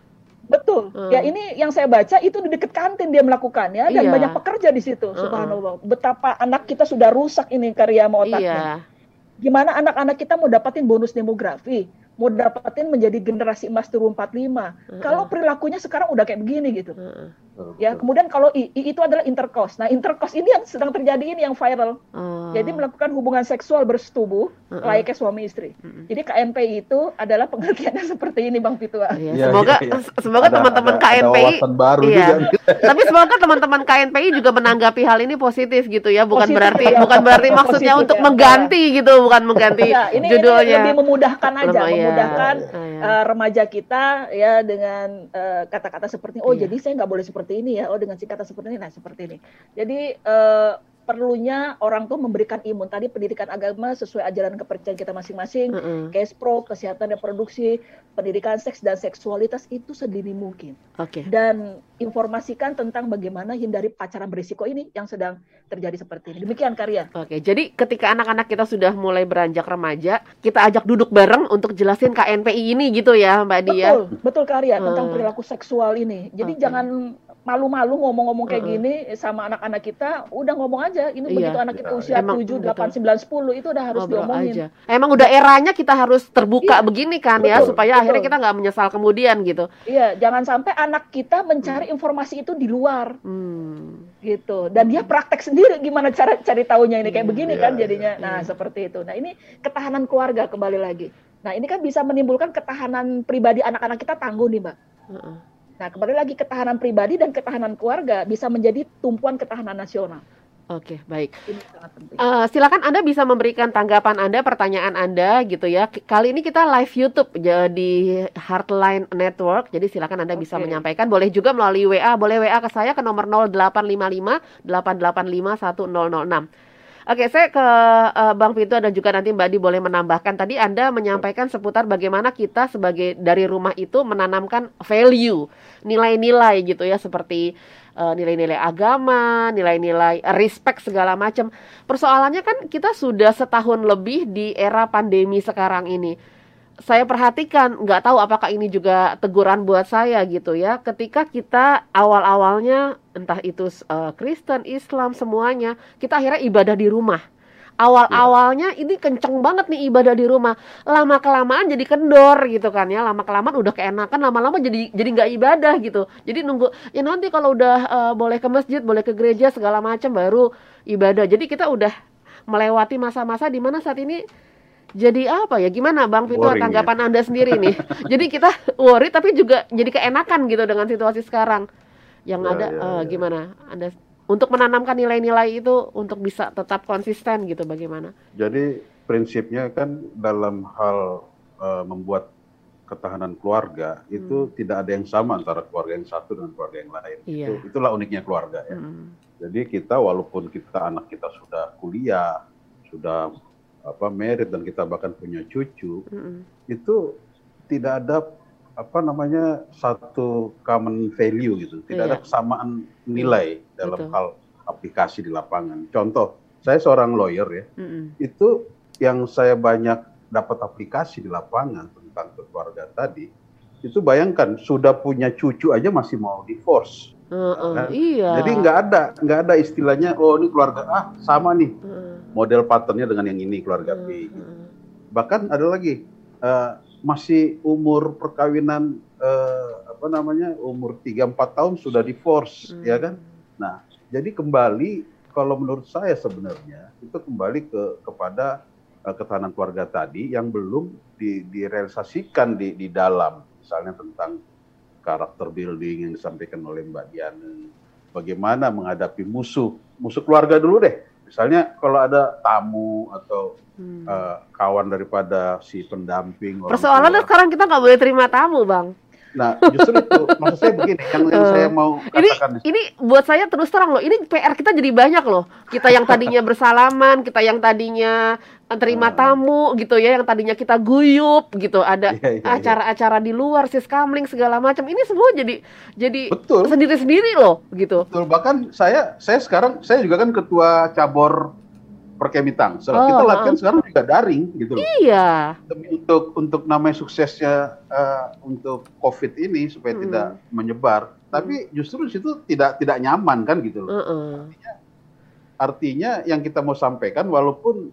Betul. Ya ini yang saya baca itu di dekat kantin dia melakukannya dan Iya. banyak pekerja di situ. Subhanallah. Betapa anak kita sudah rusak ini karya sama otaknya. Gimana anak-anak kita mau dapatin bonus demografi, mau dapatin menjadi generasi emas 2045. Kalau perilakunya sekarang udah kayak begini gitu. Ya, kemudian kalau itu adalah intercourse. Nah, intercourse ini yang sedang terjadi ini yang viral. Jadi melakukan hubungan seksual bersetubuh layaknya suami istri. Jadi KNPI itu adalah pengertiannya seperti ini, Bang Fitua. Semoga teman-teman KNPI baru juga. Tapi semoga teman-teman KNPI juga menanggapi hal ini positif gitu ya. Bukan berarti maksudnya untuk mengganti gitu, bukan mengganti judulnya. Ini lebih memudahkan aja, memudahkan remaja kita ya dengan kata-kata seperti jadi saya nggak boleh seperti ini ya, dengan kata seperti ini, nah seperti ini. Jadi perlunya orang tuh memberikan imun. Tadi pendidikan agama sesuai ajaran kepercayaan kita masing-masing, KESPRO, kesehatan reproduksi, pendidikan seks dan seksualitas itu sedini mungkin. Dan informasikan tentang bagaimana hindari pacaran berisiko ini yang sedang terjadi seperti ini. Demikian karya. Jadi ketika anak-anak kita sudah mulai beranjak remaja, kita ajak duduk bareng untuk jelasin KNPI ini gitu ya, Mbak Dia. Betul karya tentang perilaku seksual ini. Jadi jangan malu-malu ngomong-ngomong kayak gini sama anak-anak kita, udah ngomong aja. Ini begitu anak kita usia 7, 8, 9, 10 itu udah harus diomongin. Emang udah eranya kita harus terbuka begini kan ya, supaya akhirnya kita nggak menyesal kemudian gitu. Iya, jangan sampai anak kita mencari informasi itu di luar. Gitu. Dan dia praktek sendiri gimana cara cari taunya ini kayak begini kan jadinya. Nah, seperti itu. Nah, ini ketahanan keluarga kembali lagi. Nah, ini kan bisa menimbulkan ketahanan pribadi anak-anak kita tangguh nih, Mbak. Nah, kembali lagi ketahanan pribadi dan ketahanan keluarga bisa menjadi tumpuan ketahanan nasional. Baik. Ini sangat penting. Silakan Anda bisa memberikan tanggapan Anda, pertanyaan Anda gitu ya. Kali ini kita live YouTube di Heartline Network. Jadi silakan Anda bisa menyampaikan. Boleh juga melalui WA. Boleh WA ke saya ke nomor 0855 885 1006. Saya ke Bang Vito dan juga nanti Mbak Di boleh menambahkan. Tadi Anda menyampaikan seputar bagaimana kita sebagai dari rumah itu menanamkan value, nilai-nilai gitu ya, seperti nilai-nilai agama, nilai-nilai respect segala macam. Persoalannya kan kita sudah setahun lebih di era pandemi sekarang ini. Saya perhatikan, nggak tahu apakah ini juga teguran buat saya gitu ya. Ketika kita awal-awalnya entah itu Kristen, Islam semuanya, kita akhirnya ibadah di rumah. Awal-awalnya ini kenceng banget nih ibadah di rumah. Lama-kelamaan jadi kendor gitu kan ya. Lama-kelamaan udah keenakan, lama-lama jadi nggak ibadah gitu. Jadi nunggu ya nanti kalau udah boleh ke masjid, boleh ke gereja segala macam baru ibadah. Jadi kita udah melewati masa-masa di mana saat ini jadi apa ya? Gimana Bang Vito tanggapan Anda sendiri nih? Jadi kita worry tapi juga jadi keenakan gitu dengan situasi sekarang. Yang gimana Anda untuk menanamkan nilai-nilai itu untuk bisa tetap konsisten gitu, bagaimana? Jadi prinsipnya kan dalam hal membuat ketahanan keluarga itu tidak ada yang sama antara keluarga yang satu dengan keluarga yang lain. Itulah uniknya keluarga ya. Jadi kita walaupun anak kita sudah kuliah, sudah married dan kita bahkan punya cucu, itu tidak ada satu common value gitu, tidak ada kesamaan nilai dalam hal aplikasi di lapangan. Contoh, saya seorang lawyer ya, itu yang saya banyak dapat aplikasi di lapangan tentang keluarga tadi, itu bayangkan sudah punya cucu aja masih mau divorce. Jadi nggak ada istilahnya ini keluarga sama nih model patternnya dengan yang ini keluarga B. Bahkan ada lagi masih umur perkawinan umur 3-4 tahun sudah divorce ya kan. Nah jadi kembali kalau menurut saya sebenarnya itu kembali kepada ketahanan keluarga tadi yang belum direalisasikan di dalam, misalnya tentang karakter building yang disampaikan oleh Mbak Diana, bagaimana menghadapi musuh keluarga dulu deh. Misalnya kalau ada tamu atau kawan daripada si pendamping. Persoalannya sekarang kita nggak boleh terima tamu, Bang. Nah, justru itu maksud saya begini, yang saya mau katakan. Ini buat saya terus terang loh, ini PR kita jadi banyak loh. Kita yang tadinya bersalaman, kita yang tadinya terima tamu gitu ya, yang tadinya kita guyup gitu, ada acara-acara di luar, siskamling segala macam. Ini semua jadi sendiri-sendiri loh gitu. Betul, bahkan saya sekarang saya juga kan ketua cabur Perkemi Tangsel. Kita latihan sekarang juga daring gitu loh. Iya. Untuk namanya suksesnya untuk COVID ini supaya tidak menyebar. Tapi justru di situ tidak nyaman kan gitu loh. Artinya yang kita mau sampaikan walaupun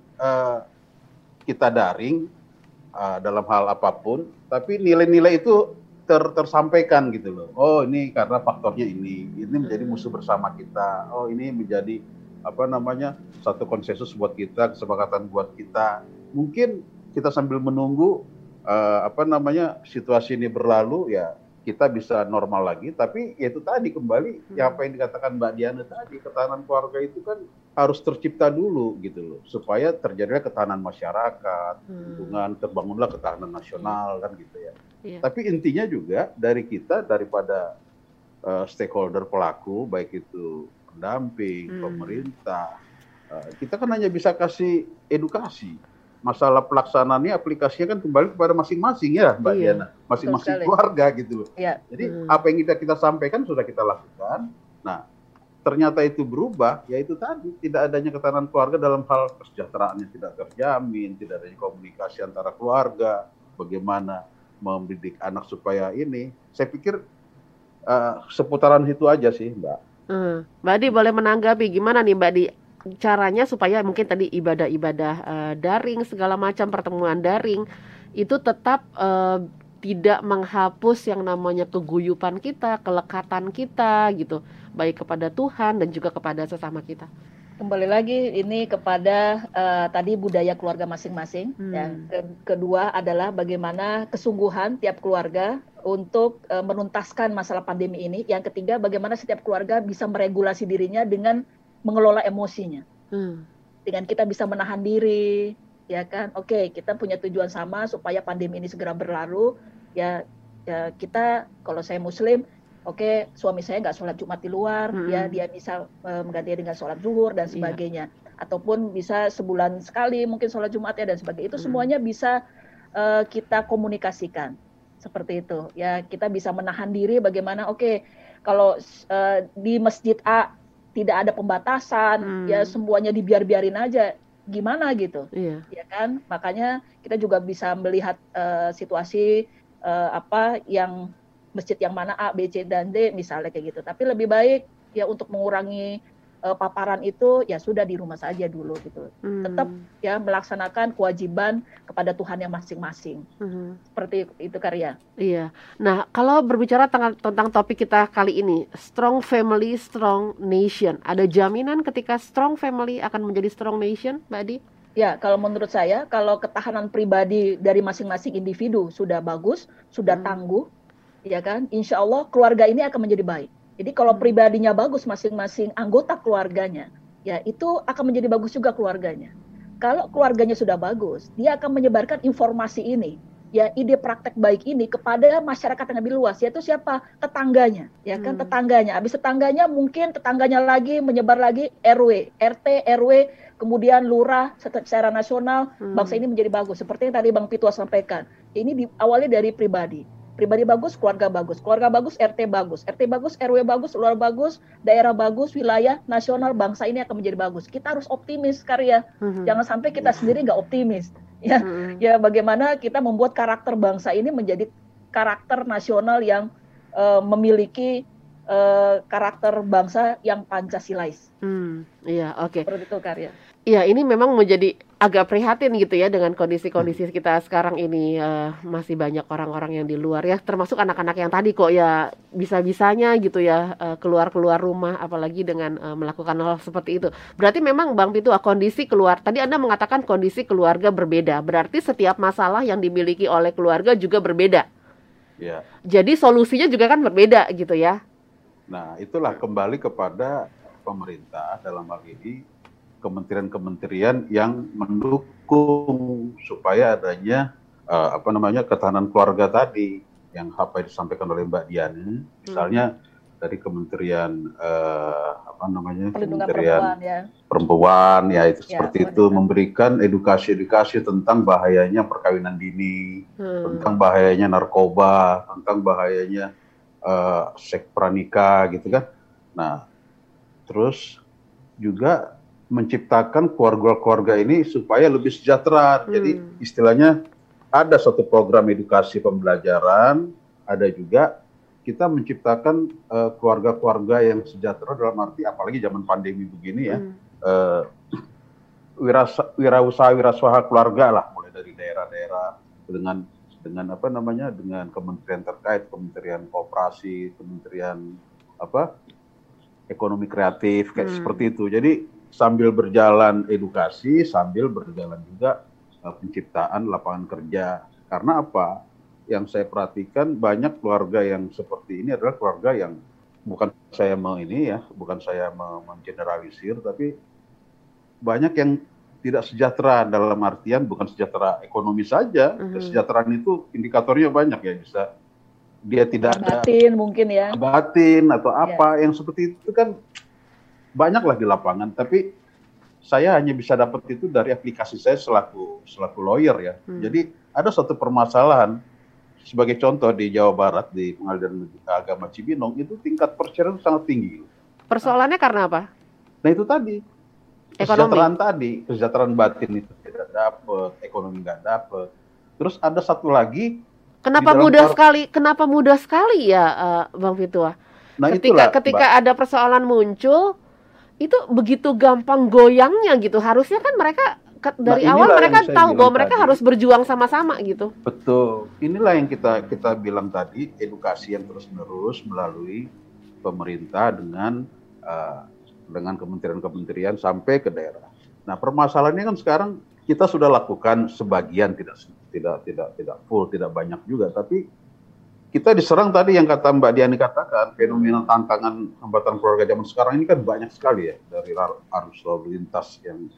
kita daring dalam hal apapun, tapi nilai-nilai itu tersampaikan gitu loh. Oh ini karena faktornya ini menjadi musuh bersama kita. Oh ini menjadi satu konsensus buat kita, kesepakatan buat kita. Mungkin kita sambil menunggu situasi ini berlalu ya kita bisa normal lagi. Tapi ya itu tadi kembali ya apa yang dikatakan Mbak Diana tadi, ketahanan keluarga itu kan harus tercipta dulu gitu loh supaya terjadilah ketahanan masyarakat, lingkungan, terbangunlah ketahanan nasional kan gitu ya. Tapi intinya juga dari kita daripada stakeholder pelaku baik itu pendamping, pemerintah, kita kan hanya bisa kasih edukasi. Masalah pelaksanaannya aplikasinya kan kembali kepada masing-masing ya Mbak Diana, masing-masing keluarga gitu loh. Jadi apa yang kita sampaikan sudah kita lakukan. Nah, ternyata itu berubah, yaitu tadi tidak adanya ketahanan keluarga dalam hal kesejahteraannya tidak terjamin, tidak adanya komunikasi antara keluarga, bagaimana mendidik anak supaya ini. Saya pikir seputaran itu aja sih Mbak. Mbak Di boleh menanggapi gimana nih Mbak Di caranya supaya mungkin tadi ibadah-ibadah daring segala macam pertemuan daring itu tetap tidak menghapus yang namanya keguyupan kita, kelekatan kita gitu, baik kepada Tuhan dan juga kepada sesama kita. Kembali lagi ini kepada tadi budaya keluarga masing-masing. Yang kedua adalah bagaimana kesungguhan tiap keluarga untuk menuntaskan masalah pandemi ini. Yang ketiga bagaimana setiap keluarga bisa meregulasi dirinya dengan mengelola emosinya. Dengan kita bisa menahan diri, ya kan? Oke, kita punya tujuan sama supaya pandemi ini segera berlalu. Ya kita, kalau saya Muslim, oke, suami saya nggak sholat Jumat di luar, ya dia bisa menggantinya dengan sholat zuhur dan sebagainya. Ataupun bisa sebulan sekali mungkin sholat Jumat ya dan sebagainya. Itu semuanya bisa kita komunikasikan seperti itu. Ya kita bisa menahan diri bagaimana. Oke, kalau di masjid A tidak ada pembatasan, ya semuanya dibiarin aja, gimana gitu, ya kan? Makanya kita juga bisa melihat situasi apa yang masjid yang mana A, B, C, dan D misalnya kayak gitu. Tapi lebih baik ya untuk mengurangi paparan itu ya sudah di rumah saja dulu gitu. Tetap ya melaksanakan kewajiban kepada Tuhan yang masing-masing. Seperti itu Karya. Iya. Nah, kalau berbicara tentang topik kita kali ini, strong family, strong nation. Ada jaminan ketika strong family akan menjadi strong nation, Mbak Di? Ya, kalau menurut saya, kalau ketahanan pribadi dari masing-masing individu sudah bagus, sudah tangguh, ya kan? Insya Allah keluarga ini akan menjadi baik. Jadi kalau pribadinya bagus masing-masing anggota keluarganya, ya itu akan menjadi bagus juga keluarganya. Kalau keluarganya sudah bagus, dia akan menyebarkan informasi ini, ya ide praktek baik ini kepada masyarakat yang lebih luas, yaitu siapa? Tetangganya, ya kan tetangganya. Habis tetangganya mungkin tetangganya lagi menyebar lagi RW, RT, RW, kemudian lurah secara nasional, bangsa ini menjadi bagus. Seperti yang tadi Bang Pitua sampaikan, ini diawali dari pribadi. Pribadi bagus, keluarga bagus, RT bagus, RW bagus, luar bagus, daerah bagus, wilayah, nasional, bangsa ini akan menjadi bagus. Kita harus optimis Karya, jangan sampai kita sendiri nggak optimis. Ya bagaimana kita membuat karakter bangsa ini menjadi karakter nasional yang memiliki karakter bangsa yang Pancasilais. Iya, oke. Seperti itu Karya. Iya, ini memang menjadi agak prihatin gitu ya dengan kondisi-kondisi kita sekarang ini. Masih banyak orang-orang yang di luar ya, termasuk anak-anak yang tadi kok ya bisa-bisanya gitu ya keluar-keluar rumah, apalagi dengan melakukan hal seperti itu. Berarti memang Bang Pitu, kondisi tadi Anda mengatakan kondisi keluarga berbeda, berarti setiap masalah yang dimiliki oleh keluarga juga berbeda. Ya. Jadi solusinya juga kan berbeda gitu ya. Nah, itulah kembali kepada pemerintah dalam hal ini kementerian-kementerian yang mendukung supaya adanya ketahanan keluarga tadi yang apa yang disampaikan oleh Mbak Diana, misalnya dari Kementerian Kementerian Perempuan ya itu seperti itu, memberikan edukasi tentang bahayanya perkawinan dini, tentang bahayanya narkoba, tentang bahayanya seks pranikah gitu kan. Nah, terus juga menciptakan keluarga-keluarga ini supaya lebih sejahtera. Jadi istilahnya ada satu program edukasi pembelajaran, ada juga kita menciptakan keluarga-keluarga yang sejahtera dalam arti apalagi zaman pandemi begini ya. Wirausaha keluarga lah, mulai dari daerah-daerah dengan dengan kementerian terkait, Kementerian Koperasi, Kementerian Ekonomi Kreatif kayak seperti itu. Jadi sambil berjalan edukasi, sambil berjalan juga penciptaan lapangan kerja. Karena apa? Yang saya perhatikan banyak keluarga yang seperti ini adalah keluarga yang bukan saya mengeneralisir, tapi banyak yang tidak sejahtera dalam artian bukan sejahtera ekonomi saja. Kesejahteraan itu indikatornya banyak ya, bisa dia tidak ada batin mungkin ya. Batin atau apa yang seperti itu kan banyaklah di lapangan, tapi saya hanya bisa dapat itu dari aplikasi saya selaku lawyer ya. Jadi ada satu permasalahan, sebagai contoh di Jawa Barat di Pengadilan Agama Cibinong itu tingkat perceraian sangat tinggi. Persoalannya karena apa? Nah itu tadi, kesejahteraan batin itu tidak dapat, ekonomi nggak dapat. Terus ada satu lagi. Kenapa mudah sekali ya, Bang Fitua? Nah, ketika ada persoalan muncul, itu begitu gampang goyangnya gitu. Harusnya kan mereka dari awal mereka tahu bahwa mereka harus berjuang sama-sama gitu. Betul. Inilah yang kita bilang tadi, edukasi yang terus-menerus melalui pemerintah dengan kementerian-kementerian sampai ke daerah. Nah, permasalahannya kan sekarang kita sudah lakukan sebagian, tidak full, tidak banyak juga, tapi kita diserang tadi yang kata Mbak Diani katakan, fenomena tantangan hambatan keluarga zaman sekarang ini kan banyak sekali ya, dari arus lalu lintas yang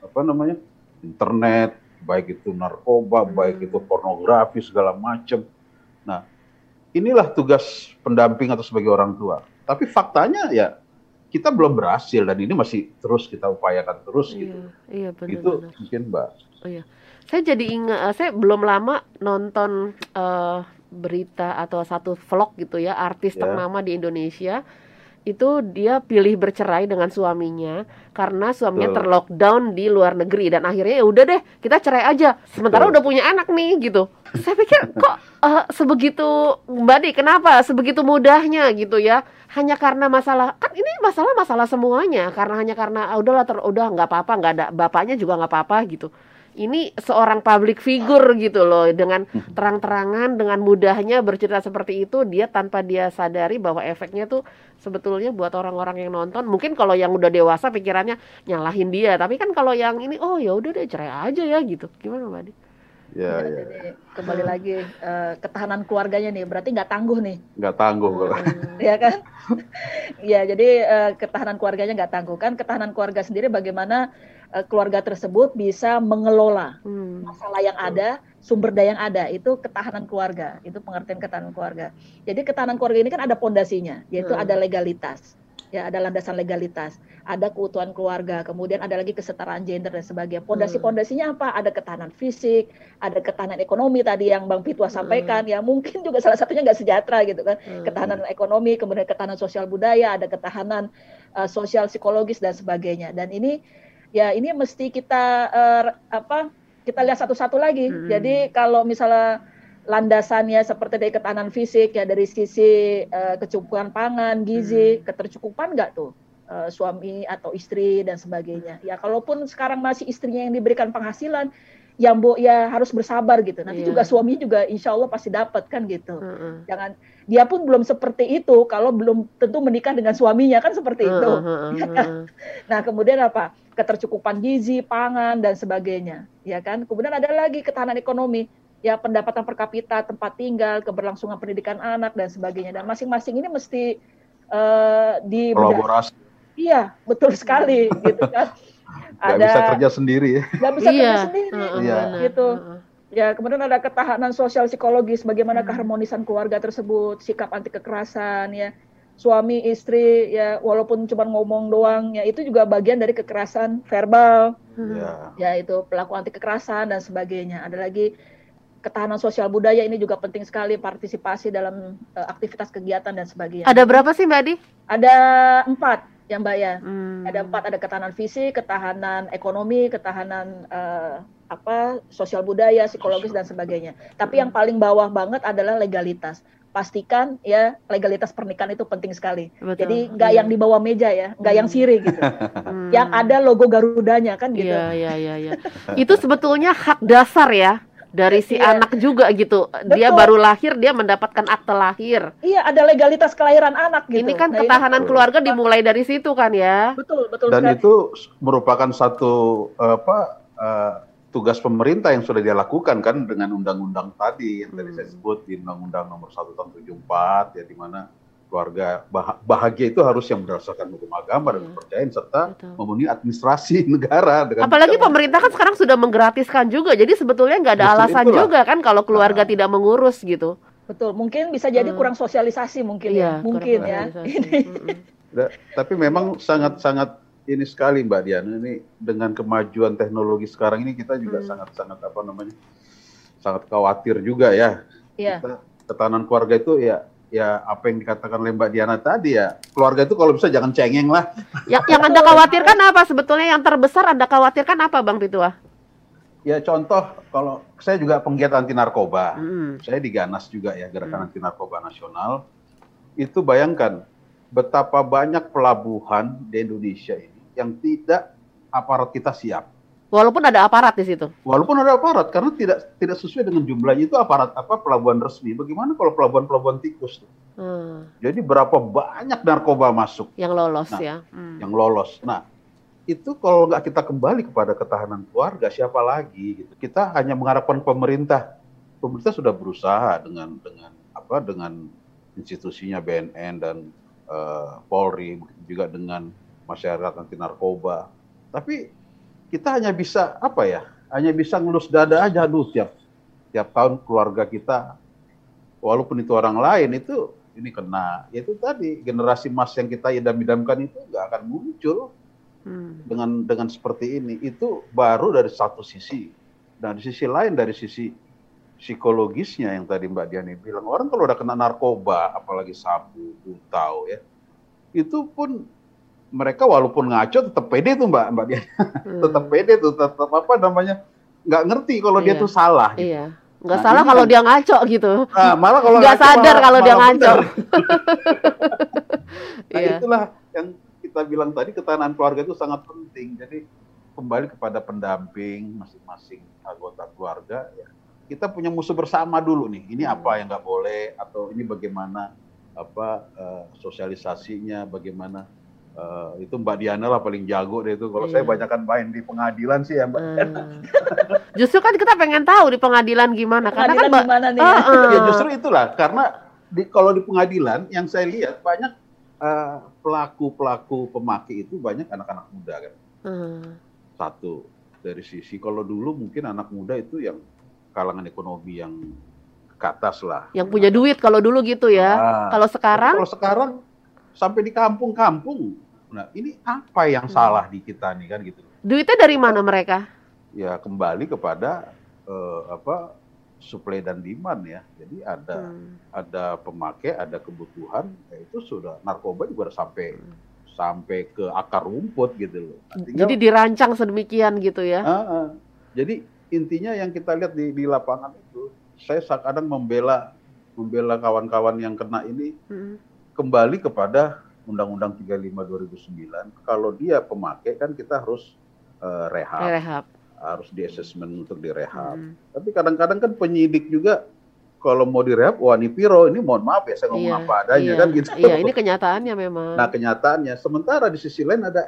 internet, baik itu narkoba, baik itu pornografi segala macam. Nah, inilah tugas pendamping atau sebagai orang tua. Tapi faktanya ya kita belum berhasil dan ini masih terus kita upayakan terus gitu. Iya, benar. Itu mungkin Mbak. Oh iya. Saya jadi ingat, saya belum lama nonton berita atau satu vlog gitu ya, artis ternama di Indonesia. Itu dia pilih bercerai dengan suaminya karena suaminya terlockdown di luar negeri dan akhirnya ya udah deh kita cerai aja. Sementara udah punya anak nih gitu. Saya pikir kok sebegitu, Mbak Di, kenapa sebegitu mudahnya gitu ya? Hanya karena masalah, kan ini masalah semuanya, hanya karena udah nggak apa-apa, nggak ada bapaknya juga nggak apa-apa gitu. Ini seorang public figure gitu loh, dengan terang-terangan, dengan mudahnya bercerita seperti itu, dia tanpa dia sadari bahwa efeknya tuh sebetulnya buat orang-orang yang nonton, mungkin kalau yang udah dewasa pikirannya nyalahin dia, tapi kan kalau yang ini, oh ya udah deh cerai aja ya gitu. Gimana Mbak Di? Ya. Jadi kembali lagi ketahanan keluarganya nih, berarti nggak tangguh nih. Nggak tangguh, ya kan? Ya, jadi ketahanan keluarganya nggak tangguh kan? Ketahanan keluarga sendiri bagaimana keluarga tersebut bisa mengelola masalah yang ada, sumber daya yang ada, itu ketahanan keluarga, itu pengertian ketahanan keluarga. Jadi ketahanan keluarga ini kan ada pondasinya, yaitu ada legalitas. Ya, ada landasan legalitas, ada keutuhan keluarga, kemudian ada lagi kesetaraan gender dan sebagainya. Pondasi-pondasinya apa? Ada ketahanan fisik, ada ketahanan ekonomi tadi yang Bang Fitua sampaikan, ya mungkin juga salah satunya nggak sejahtera gitu kan. Ketahanan ekonomi, kemudian ketahanan sosial budaya, ada ketahanan sosial psikologis dan sebagainya. Dan ini mesti kita kita lihat satu-satu lagi. Jadi kalau misalnya landasannya seperti dari ketahanan fisik ya, dari sisi kecukupan pangan, gizi, ketercukupan nggak tuh suami atau istri dan sebagainya. Ya kalaupun sekarang masih istrinya yang diberikan penghasilan, ya harus bersabar gitu. Nanti juga suami juga insya Allah pasti dapat kan gitu. Jangan, dia pun belum seperti itu kalau belum tentu menikah dengan suaminya kan seperti itu. Ya kan? Nah kemudian apa? Ketercukupan gizi, pangan dan sebagainya. Ya kan. Kemudian ada lagi ketahanan ekonomi. Ya pendapatan per kapita, tempat tinggal, keberlangsungan pendidikan anak dan sebagainya, dan masing-masing ini mesti kolaborasi. Iya, betul sekali gitu kan. Nggak bisa kerja sendiri. Nggak bisa kerja sendiri, gitu. Ya, kemudian ada ketahanan sosial psikologis, bagaimana keharmonisan keluarga tersebut, sikap anti kekerasan, ya suami istri, ya walaupun cuma ngomong doang, ya itu juga bagian dari kekerasan verbal, ya itu pelaku anti kekerasan dan sebagainya. Ada lagi ketahanan sosial budaya, ini juga penting sekali, partisipasi dalam aktivitas kegiatan dan sebagainya. Ada berapa sih Mbak Di? Ada 4. ya Mbak ya. Ada 4, ada ketahanan fisik, ketahanan ekonomi, ketahanan sosial budaya, psikologis dan sebagainya. Tapi yang paling bawah banget adalah legalitas. Pastikan ya legalitas pernikahan itu penting sekali. Betul. Jadi nggak yang di bawah meja ya, nggak yang siri gitu. Yang ada logo Garudanya kan gitu. Iya. Itu sebetulnya hak dasar ya dari si anak juga gitu. Betul. Dia baru lahir, dia mendapatkan akte lahir. Iya, ada legalitas kelahiran anak gitu. Ini kan ketahanan keluarga dimulai dari situ kan ya. Betul Dan sekali. itu merupakan satu tugas pemerintah yang sudah dia lakukan kan dengan undang-undang tadi yang tadi saya sebut di Undang-Undang Nomor 1 Tahun 74 ya, di mana keluarga bahagia itu harus yang berdasarkan hukum agama dan kepercayaan serta memenuhi administrasi negara. Apalagi pemerintah kan sekarang sudah menggratiskan juga, jadi sebetulnya nggak ada alasan juga kan kalau keluarga tidak mengurus gitu. Betul, mungkin bisa jadi kurang sosialisasi mungkin mungkin ya. Tapi memang sangat-sangat ini sekali Mbak Diana, ini dengan kemajuan teknologi sekarang ini kita juga sangat-sangat sangat khawatir juga ya. Kita, ketahanan keluarga itu ya apa yang dikatakan oleh Mbak Diana tadi ya, keluarga itu kalau bisa jangan cengeng lah. Yang Anda khawatirkan apa sebetulnya, yang terbesar Anda khawatirkan apa Bang Pituah? Ya contoh, kalau saya juga penggiat anti narkoba, saya di Ganas juga ya, Gerakan Anti Narkoba Nasional. Itu bayangkan betapa banyak pelabuhan di Indonesia ini yang tidak aparat kita siap. Walaupun ada aparat di situ. Walaupun ada aparat, karena tidak sesuai dengan jumlahnya itu aparat pelabuhan resmi. Bagaimana kalau pelabuhan tikus? Jadi berapa banyak narkoba masuk? Yang lolos Yang lolos. Nah, itu kalau nggak kita kembali kepada ketahanan keluarga, siapa lagi? Gitu. Kita hanya mengharapkan pemerintah. Pemerintah sudah berusaha dengan institusinya BNN dan Polri, juga dengan masyarakat anti narkoba. Tapi kita hanya bisa hanya bisa ngelus dada aja tiap tahun keluarga kita, walaupun itu orang lain itu ini kena. Itu tadi generasi emas yang kita idam-idamkan itu nggak akan muncul dengan seperti ini. Itu baru dari satu sisi. Dan di sisi lain, dari sisi psikologisnya yang tadi Mbak Diani bilang, orang kalau udah kena narkoba, apalagi sabu, utau ya, itu pun mereka walaupun ngaco tetap pede tuh Mbak Dian, tetap pede tuh, tetap nggak ngerti kalau dia tuh salah. Gitu. Iya, nggak salah kalau dia ngaco gitu. Nah, malah kalau nggak sadar kalau dia ngaco. Itulah yang kita bilang tadi, ketahanan keluarga itu sangat penting. Jadi kembali kepada pendamping masing-masing anggota keluarga. Ya. Kita punya musuh bersama dulu nih. Ini apa yang nggak boleh, atau ini bagaimana sosialisasinya, bagaimana. Itu Mbak Diana lah paling jago deh itu. Kalau saya banyakkan main di pengadilan sih ya Mbak. Justru kan kita pengen tahu di pengadilan gimana. Karena kan gimana nih? Ya justru itulah, karena kalau di pengadilan yang saya lihat banyak pelaku pemaki itu banyak anak-anak muda kan. Satu dari sisi, kalau dulu mungkin anak muda itu yang kalangan ekonomi yang ke atas lah. Yang punya duit kalau dulu gitu ya. Kalau sekarang sampai di kampung-kampung. Nah, ini apa yang salah di kita nih kan gitu. Duitnya dari mana mereka? Ya kembali kepada supply dan demand ya. Jadi ada pemakai, ada kebutuhan, itu sudah narkoba juga sampai ke akar rumput gitu loh. Jadi dirancang sedemikian gitu ya. Jadi intinya yang kita lihat di lapangan itu, saya kadang membela kawan-kawan yang kena ini kembali kepada Undang-Undang 35 2009. Kalau dia pemakai kan kita harus rehab. Harus di-assessment untuk direhab. Tapi kadang-kadang kan penyidik juga kalau mau direhab, wah ini piro, ini mohon maaf ya saya ngomong apa adanya kan gitu. Iya, ini kenyataannya memang. Nah, kenyataannya. Sementara di sisi lain ada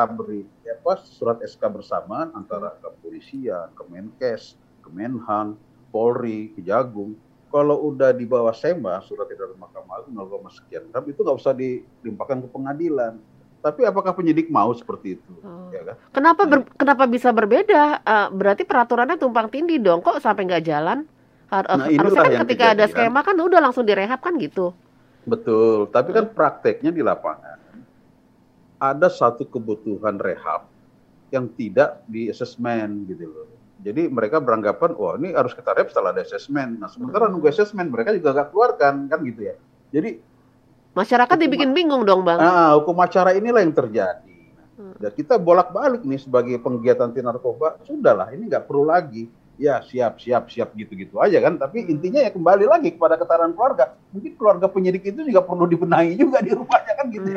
surat SK bersamaan antara kepolisian, Kemenkes, Kemenhan, Polri, Kejagung. Kalau udah di bawah SEMA, surat edaran Mahkamah Agung 0, sekian gram, itu nggak usah dilimpahkan ke pengadilan. Tapi apakah penyidik mau seperti itu? Ya kan? Kenapa bisa berbeda? Berarti peraturannya tumpang tindih dong. Kok sampai nggak jalan? Harusnya kan ketika ada skema kan udah langsung direhab kan gitu. Betul. Tapi kan prakteknya di lapangan ada satu kebutuhan rehab yang tidak di asesmen gitu loh. Jadi mereka beranggapan, wah ini harus kita rehab setelah ada asesmen. Nah sementara nunggu asesmen mereka juga nggak keluarkan kan gitu ya. Jadi Masyarakat dibikin bingung dong, Bang. Hukum acara inilah yang terjadi. Dan kita bolak-balik nih sebagai penggiat anti narkoba, sudahlah ini nggak perlu lagi. Ya siap gitu-gitu aja kan. Tapi intinya ya kembali lagi kepada ketahanan keluarga. Mungkin keluarga penyidik itu juga perlu dibenahi juga di rumahnya kan gitu ya.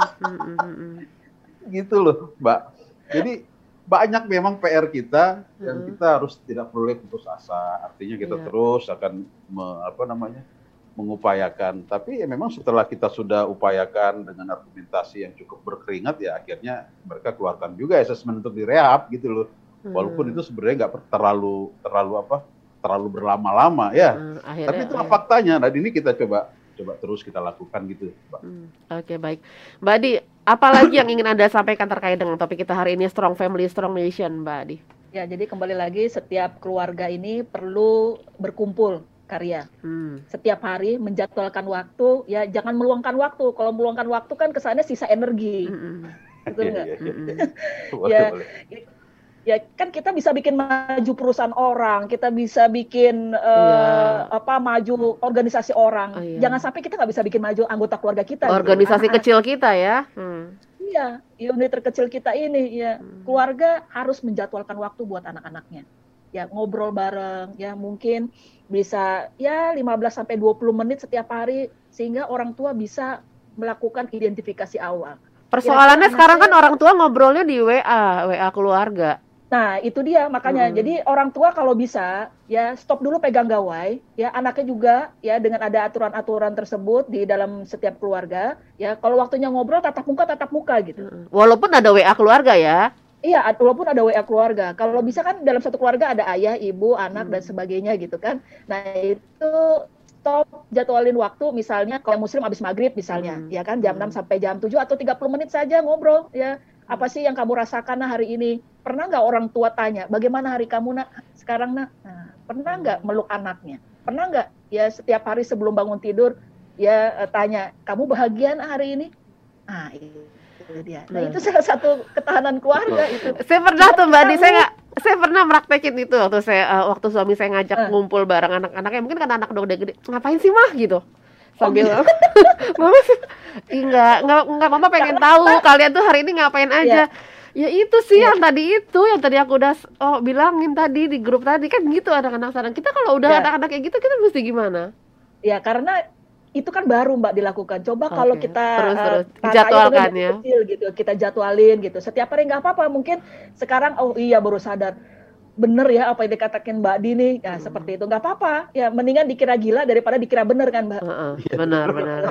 Gitu loh, Mbak. Jadi banyak memang PR kita dan kita harus tidak perlu putus asa. Artinya kita terus akan mengupayakan. Tapi ya memang setelah kita sudah upayakan dengan argumentasi yang cukup berkeringat, ya akhirnya mereka keluarkan juga asesmen untuk direhab gitu loh. Walaupun itu sebenarnya nggak terlalu berlama-lama ya. Tapi itu faktanya. Nah ini kita coba terus kita lakukan gitu, Mbak. Oke, baik. Mbak Adi, apalagi yang ingin Anda sampaikan terkait dengan topik kita hari ini, Strong Family, Strong Nation, Mbak Adi? Ya, jadi kembali lagi setiap keluarga ini perlu berkumpul karya. Setiap hari menjadwalkan waktu, ya jangan meluangkan waktu. Kalau meluangkan waktu kan kesannya sisa energi. Betul nggak? Ya kan kita bisa bikin maju perusahaan orang, kita bisa bikin maju organisasi orang. Jangan sampai kita nggak bisa bikin maju anggota keluarga kita. Organisasi gitu. kecil kita ya. Iya, unit terkecil kita ini ya. Keluarga harus menjadwalkan waktu buat anak-anaknya. Ya ngobrol bareng, ya mungkin bisa ya 15 sampai 20 menit setiap hari sehingga orang tua bisa melakukan identifikasi awal. Persoalannya sekarang kan orang tua ngobrolnya di WA keluarga. Nah, itu dia makanya. Jadi orang tua kalau bisa ya stop dulu pegang gawai, ya anaknya juga ya dengan ada aturan-aturan tersebut di dalam setiap keluarga, ya kalau waktunya ngobrol tatap muka gitu. Walaupun ada WA keluarga ya. Iya, walaupun ada WA keluarga. Kalau bisa kan dalam satu keluarga ada ayah, ibu, anak dan sebagainya gitu kan. Nah, itu stop jadwalin waktu misalnya kalau muslim habis maghrib misalnya, ya kan jam 6 sampai jam 7 atau 30 menit saja ngobrol ya. Apa sih yang kamu rasakan hari ini? Pernah nggak orang tua tanya, bagaimana hari kamu nak sekarang nak? Nah, pernah nggak meluk anaknya? Pernah nggak ya setiap hari sebelum bangun tidur ya tanya, kamu bahagia hari ini? Nah, itu dia. Nah, itu salah satu ketahanan keluarga itu. Saya pernah tuh Mbak Adi, saya pernah praktekin itu waktu suami saya ngajak ngumpul bareng anak-anaknya, mungkin kan anak udah gede, ngapain sih mah gitu. Sambil mama enggak mama pengen tahu kalian tuh hari ini ngapain aja. Ya itu sih yang tadi aku udah bilangin tadi di grup tadi kan gitu anak-anak sekarang. Kita kalau udah anak-anak kayak gitu kita mesti gimana? Ya karena itu kan baru Mbak dilakukan. Coba kalau kita terus dijadwalkan ya. Kecil, gitu, kita jadwalin gitu. Setiap hari nggak apa-apa. Mungkin sekarang baru sadar. Bener ya apa yang dikatakan Mbak Dini. Ya seperti itu nggak apa-apa. Ya mendingan dikira gila daripada dikira bener kan Mbak. Benar.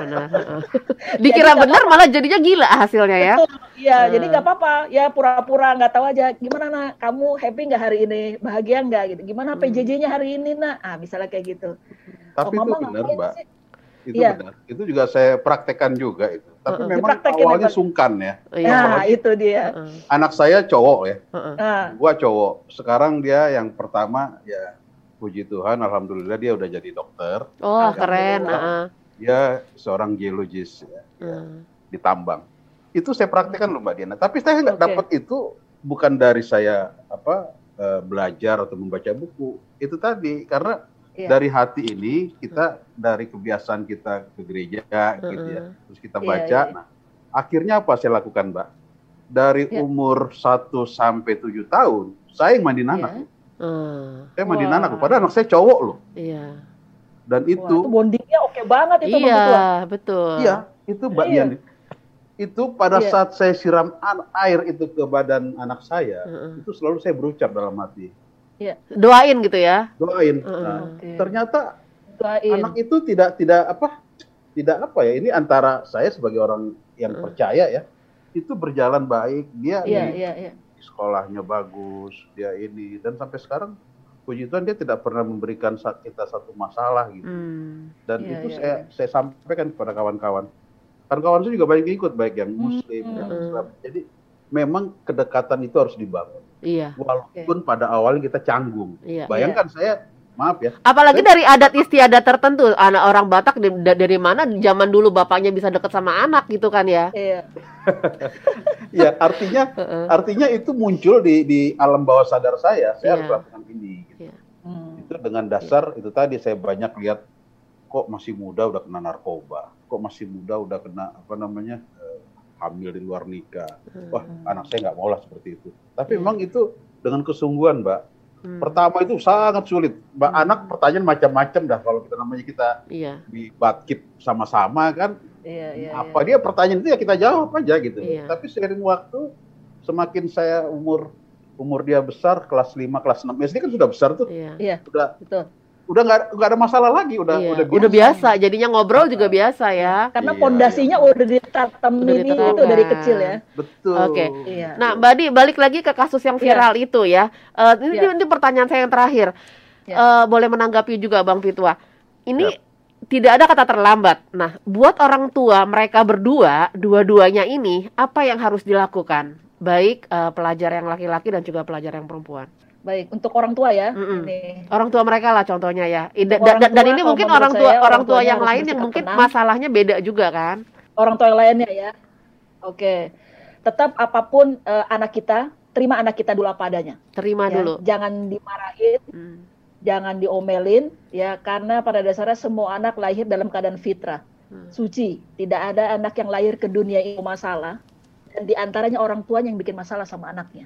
Dikira bener malah jadinya gila hasilnya ya. Iya, jadi nggak apa-apa. Ya pura-pura nggak tahu aja. Gimana nak? Kamu happy nggak hari ini? Bahagia nggak gitu? Gimana PJJ-nya hari ini nak? Misalnya kayak gitu. Tapi itu benar Mbak. Itu benar. Itu juga saya praktekkan juga itu. Tapi memang awalnya sungkan ya. Nah, itu dia. Anak saya cowok ya. Gua cowok. Sekarang dia yang pertama ya puji Tuhan alhamdulillah dia udah jadi dokter. Oh, keren. Dia seorang geologis ya, di tambang. Itu saya praktekkan loh Mbak Diana. Tapi saya nggak dapat itu bukan dari saya belajar atau membaca buku. Itu tadi karena dari hati ini kita dari kebiasaan kita ke gereja gitu ya, terus kita baca. Nah, akhirnya apa saya lakukan, Mbak? Dari umur 1 sampai 7 tahun, saya yang mandiin anak. Saya mandiin anak, padahal anak saya cowok loh. Iya. Dan itu bondingnya oke banget itu. Iya, betul. Iya, itu Mbak Dian. Itu pada saat saya siram air itu ke badan anak saya, itu selalu saya berucap dalam hati. Doain gitu ya. Doain. Nah, ternyata anak itu tidak apa ya, ini antara saya sebagai orang yang percaya ya, itu berjalan baik, dia di sekolahnya bagus, dia ini, dan sampai sekarang puji Tuhan dia tidak pernah memberikan kita satu masalah gitu. Dan itu saya sampaikan kepada kawan-kawan. Kawan-kawan saya juga banyak ikut, baik yang muslim yang Islam. Jadi memang kedekatan itu harus dibangun. Iya. Walaupun pada awalnya kita canggung. Bayangkan saya, maaf ya. Apalagi dari adat istiadat tertentu, anak orang Batak dari mana zaman dulu bapaknya bisa dekat sama anak gitu kan ya? Iya. Ya artinya itu muncul di alam bawah sadar saya harus lakukan ini. Gitu. Itu dengan dasar itu tadi saya banyak lihat kok masih muda udah kena narkoba, kok masih muda udah kena hamil di luar nikah. Wah, anak saya nggak maulah seperti itu. Tapi memang itu dengan kesungguhan, Mbak. Pertama itu sangat sulit. Mbak, anak pertanyaan macam-macam dah kalau kita di Batkip sama-sama kan. Apa dia pertanyaan itu ya kita jawab aja gitu. Tapi seiring waktu semakin saya umur dia besar, kelas 5, kelas 6 SD kan sudah besar tuh. Udah nggak ada masalah lagi, udah biasa. Jadinya ngobrol juga biasa ya. Karena pondasinya udah ditanemin itu dari kecil ya. Betul. Oke. Nah, Mbak Di, balik lagi ke kasus yang viral itu ya. Ini pertanyaan saya yang terakhir. Boleh menanggapi juga Bang Pitwa. Ini tidak ada kata terlambat. Nah, buat orang tua mereka berdua, dua-duanya ini apa yang harus dilakukan? Baik pelajar yang laki-laki dan juga pelajar yang perempuan. Baik, untuk orang tua ya. Ini. Orang tua mereka lah contohnya ya. Dan ini mungkin orang tua yang lain yang mungkin masalahnya beda juga kan? Orang tua yang lainnya ya. Oke. Tetap apapun anak kita, terima anak kita dulu apa adanya. Terima dulu. Jangan dimarahin, jangan diomelin ya, karena pada dasarnya semua anak lahir dalam keadaan fitrah, suci. Tidak ada anak yang lahir ke dunia itu masalah. Dan diantaranya orang tuanya yang bikin masalah sama anaknya.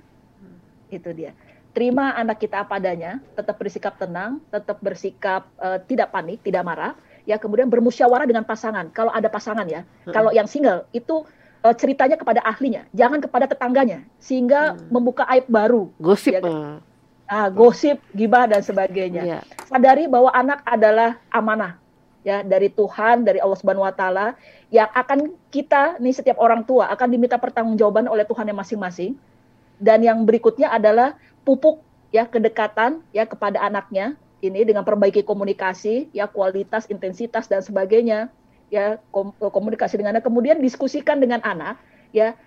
Itu dia. Terima anak kita apa adanya, tetap bersikap tenang, tetap bersikap tidak panik, tidak marah, ya kemudian bermusyawarah dengan pasangan. Kalau ada pasangan ya, kalau yang single itu ceritanya kepada ahlinya, jangan kepada tetangganya, sehingga membuka aib baru. Gosip. Ya, gosip, gibah dan sebagainya. Sadari bahwa anak adalah amanah ya dari Tuhan, dari Allah Subhanahu Wa Taala, yang akan kita nih setiap orang tua akan diminta pertanggungjawaban oleh Tuhan yang masing-masing. Dan yang berikutnya adalah pupuk ya kedekatan ya kepada anaknya ini dengan perbaiki komunikasi ya, kualitas, intensitas dan sebagainya ya, komunikasi dengan anak, kemudian diskusikan dengan anak ya,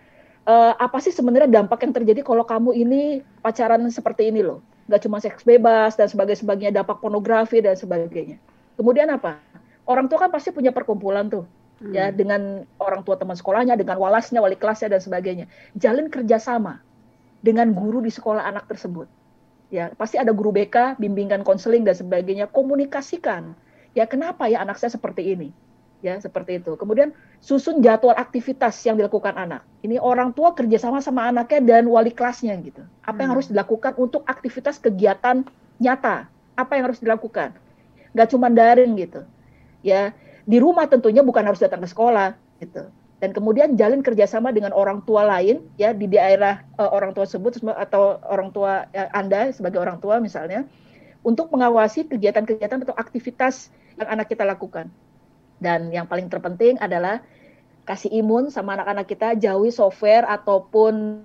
apa sih sebenarnya dampak yang terjadi kalau kamu ini pacaran seperti ini loh, nggak cuma seks bebas dan sebagainya, dampak pornografi dan sebagainya. Kemudian apa, orang tua kan pasti punya perkumpulan tuh ya, dengan orang tua teman sekolahnya, dengan walasnya, wali kelasnya dan sebagainya. Jalin kerjasama dengan guru di sekolah anak tersebut. Ya, pasti ada guru BK, bimbingan konseling dan sebagainya, komunikasikan. Ya, kenapa ya anak saya seperti ini? Ya, seperti itu. Kemudian susun jadwal aktivitas yang dilakukan anak. Ini orang tua kerjasama sama anaknya dan wali kelasnya gitu. Apa yang harus dilakukan untuk aktivitas kegiatan nyata? Apa yang harus dilakukan? Nggak cuma daring gitu. Ya, di rumah tentunya bukan harus datang ke sekolah gitu. Dan kemudian jalin kerjasama dengan orang tua lain ya di daerah orang tua tersebut atau orang tua Anda sebagai orang tua misalnya, untuk mengawasi kegiatan-kegiatan atau aktivitas yang anak kita lakukan. Dan yang paling terpenting adalah kasih imun sama anak-anak kita, jauhi software ataupun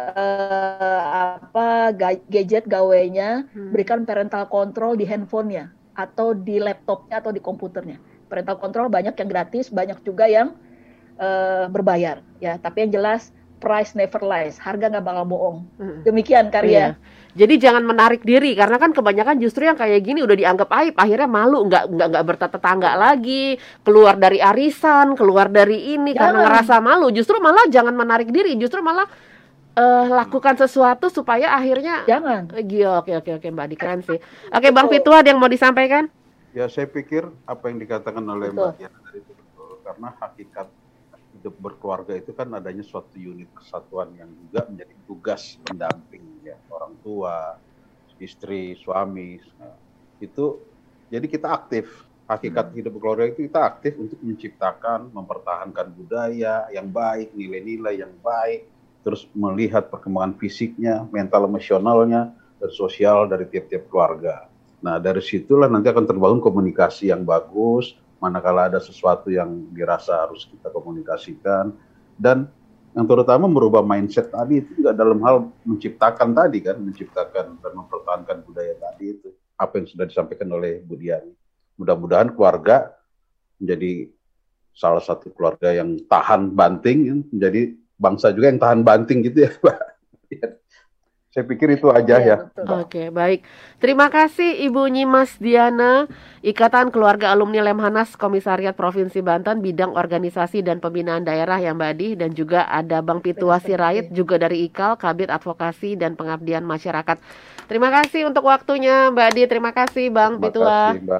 gadget gawainya, berikan parental control di handphonenya atau di laptopnya atau di komputernya. Parental control banyak yang gratis, banyak juga yang berbayar ya, tapi yang jelas price never lies, harga nggak bakal bohong. Demikian Karya. Jadi jangan menarik diri, karena kan kebanyakan justru yang kayak gini udah dianggap aib, akhirnya malu, nggak bertetangga lagi, keluar dari arisan, keluar dari ini karena ngerasa malu. Justru malah jangan menarik diri, justru malah lakukan sesuatu supaya akhirnya jangan. Oke Mbak Di, keren sih. Oke Bang Pitwa, ada yang mau disampaikan? Ya, saya pikir apa yang dikatakan oleh Mbak Diana tadi itu betul, karena hakikat hidup berkeluarga itu kan adanya suatu unit kesatuan yang juga menjadi tugas pendamping ya, orang tua, istri, suami. Nah, itu jadi kita aktif. Hakikat hidup berkeluarga itu kita aktif untuk menciptakan, mempertahankan budaya yang baik, nilai-nilai yang baik, terus melihat perkembangan fisiknya, mental emosionalnya, dan sosial dari tiap-tiap keluarga. Nah, dari situlah nanti akan terbangun komunikasi yang bagus, manakala ada sesuatu yang dirasa harus kita komunikasikan, dan yang terutama merubah mindset tadi itu juga dalam hal menciptakan dan mempertahankan budaya tadi itu, apa yang sudah disampaikan oleh Bu Diani. Mudah-mudahan keluarga menjadi salah satu keluarga yang tahan banting, menjadi bangsa juga yang tahan banting gitu ya Pak. Saya pikir itu aja ya. Oke, baik. Terima kasih Ibu Nyimas Diana, Ikatan Keluarga Alumni Lemhanas Komisariat Provinsi Banten, Bidang Organisasi dan Pembinaan Daerah ya Mbak Di, dan juga ada Bang Pitwa Sirait juga dari IKAL, Kabid Advokasi dan Pengabdian Masyarakat. Terima kasih untuk waktunya Mbak Di, terima kasih Bang Pitwa. Terima kasih Mbak.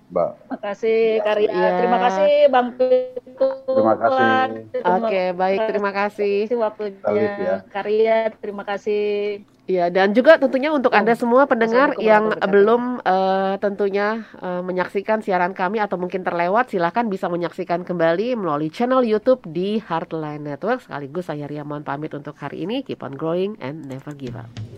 Mbak. Terima kasih Karya. Iya. Terima kasih Bang Pitu. Terima kasih. Oke, baik, terima kasih. Waktunya Salib ya. Karya, terima kasih. Ya, dan juga tentunya untuk Anda semua pendengar Assalamualaikum yang warahmatullahi belum tentunya menyaksikan siaran kami atau mungkin terlewat, silakan bisa menyaksikan kembali melalui channel YouTube di Heartland Network. Sekaligus saya Ria mohon pamit untuk hari ini. Keep on growing and never give up.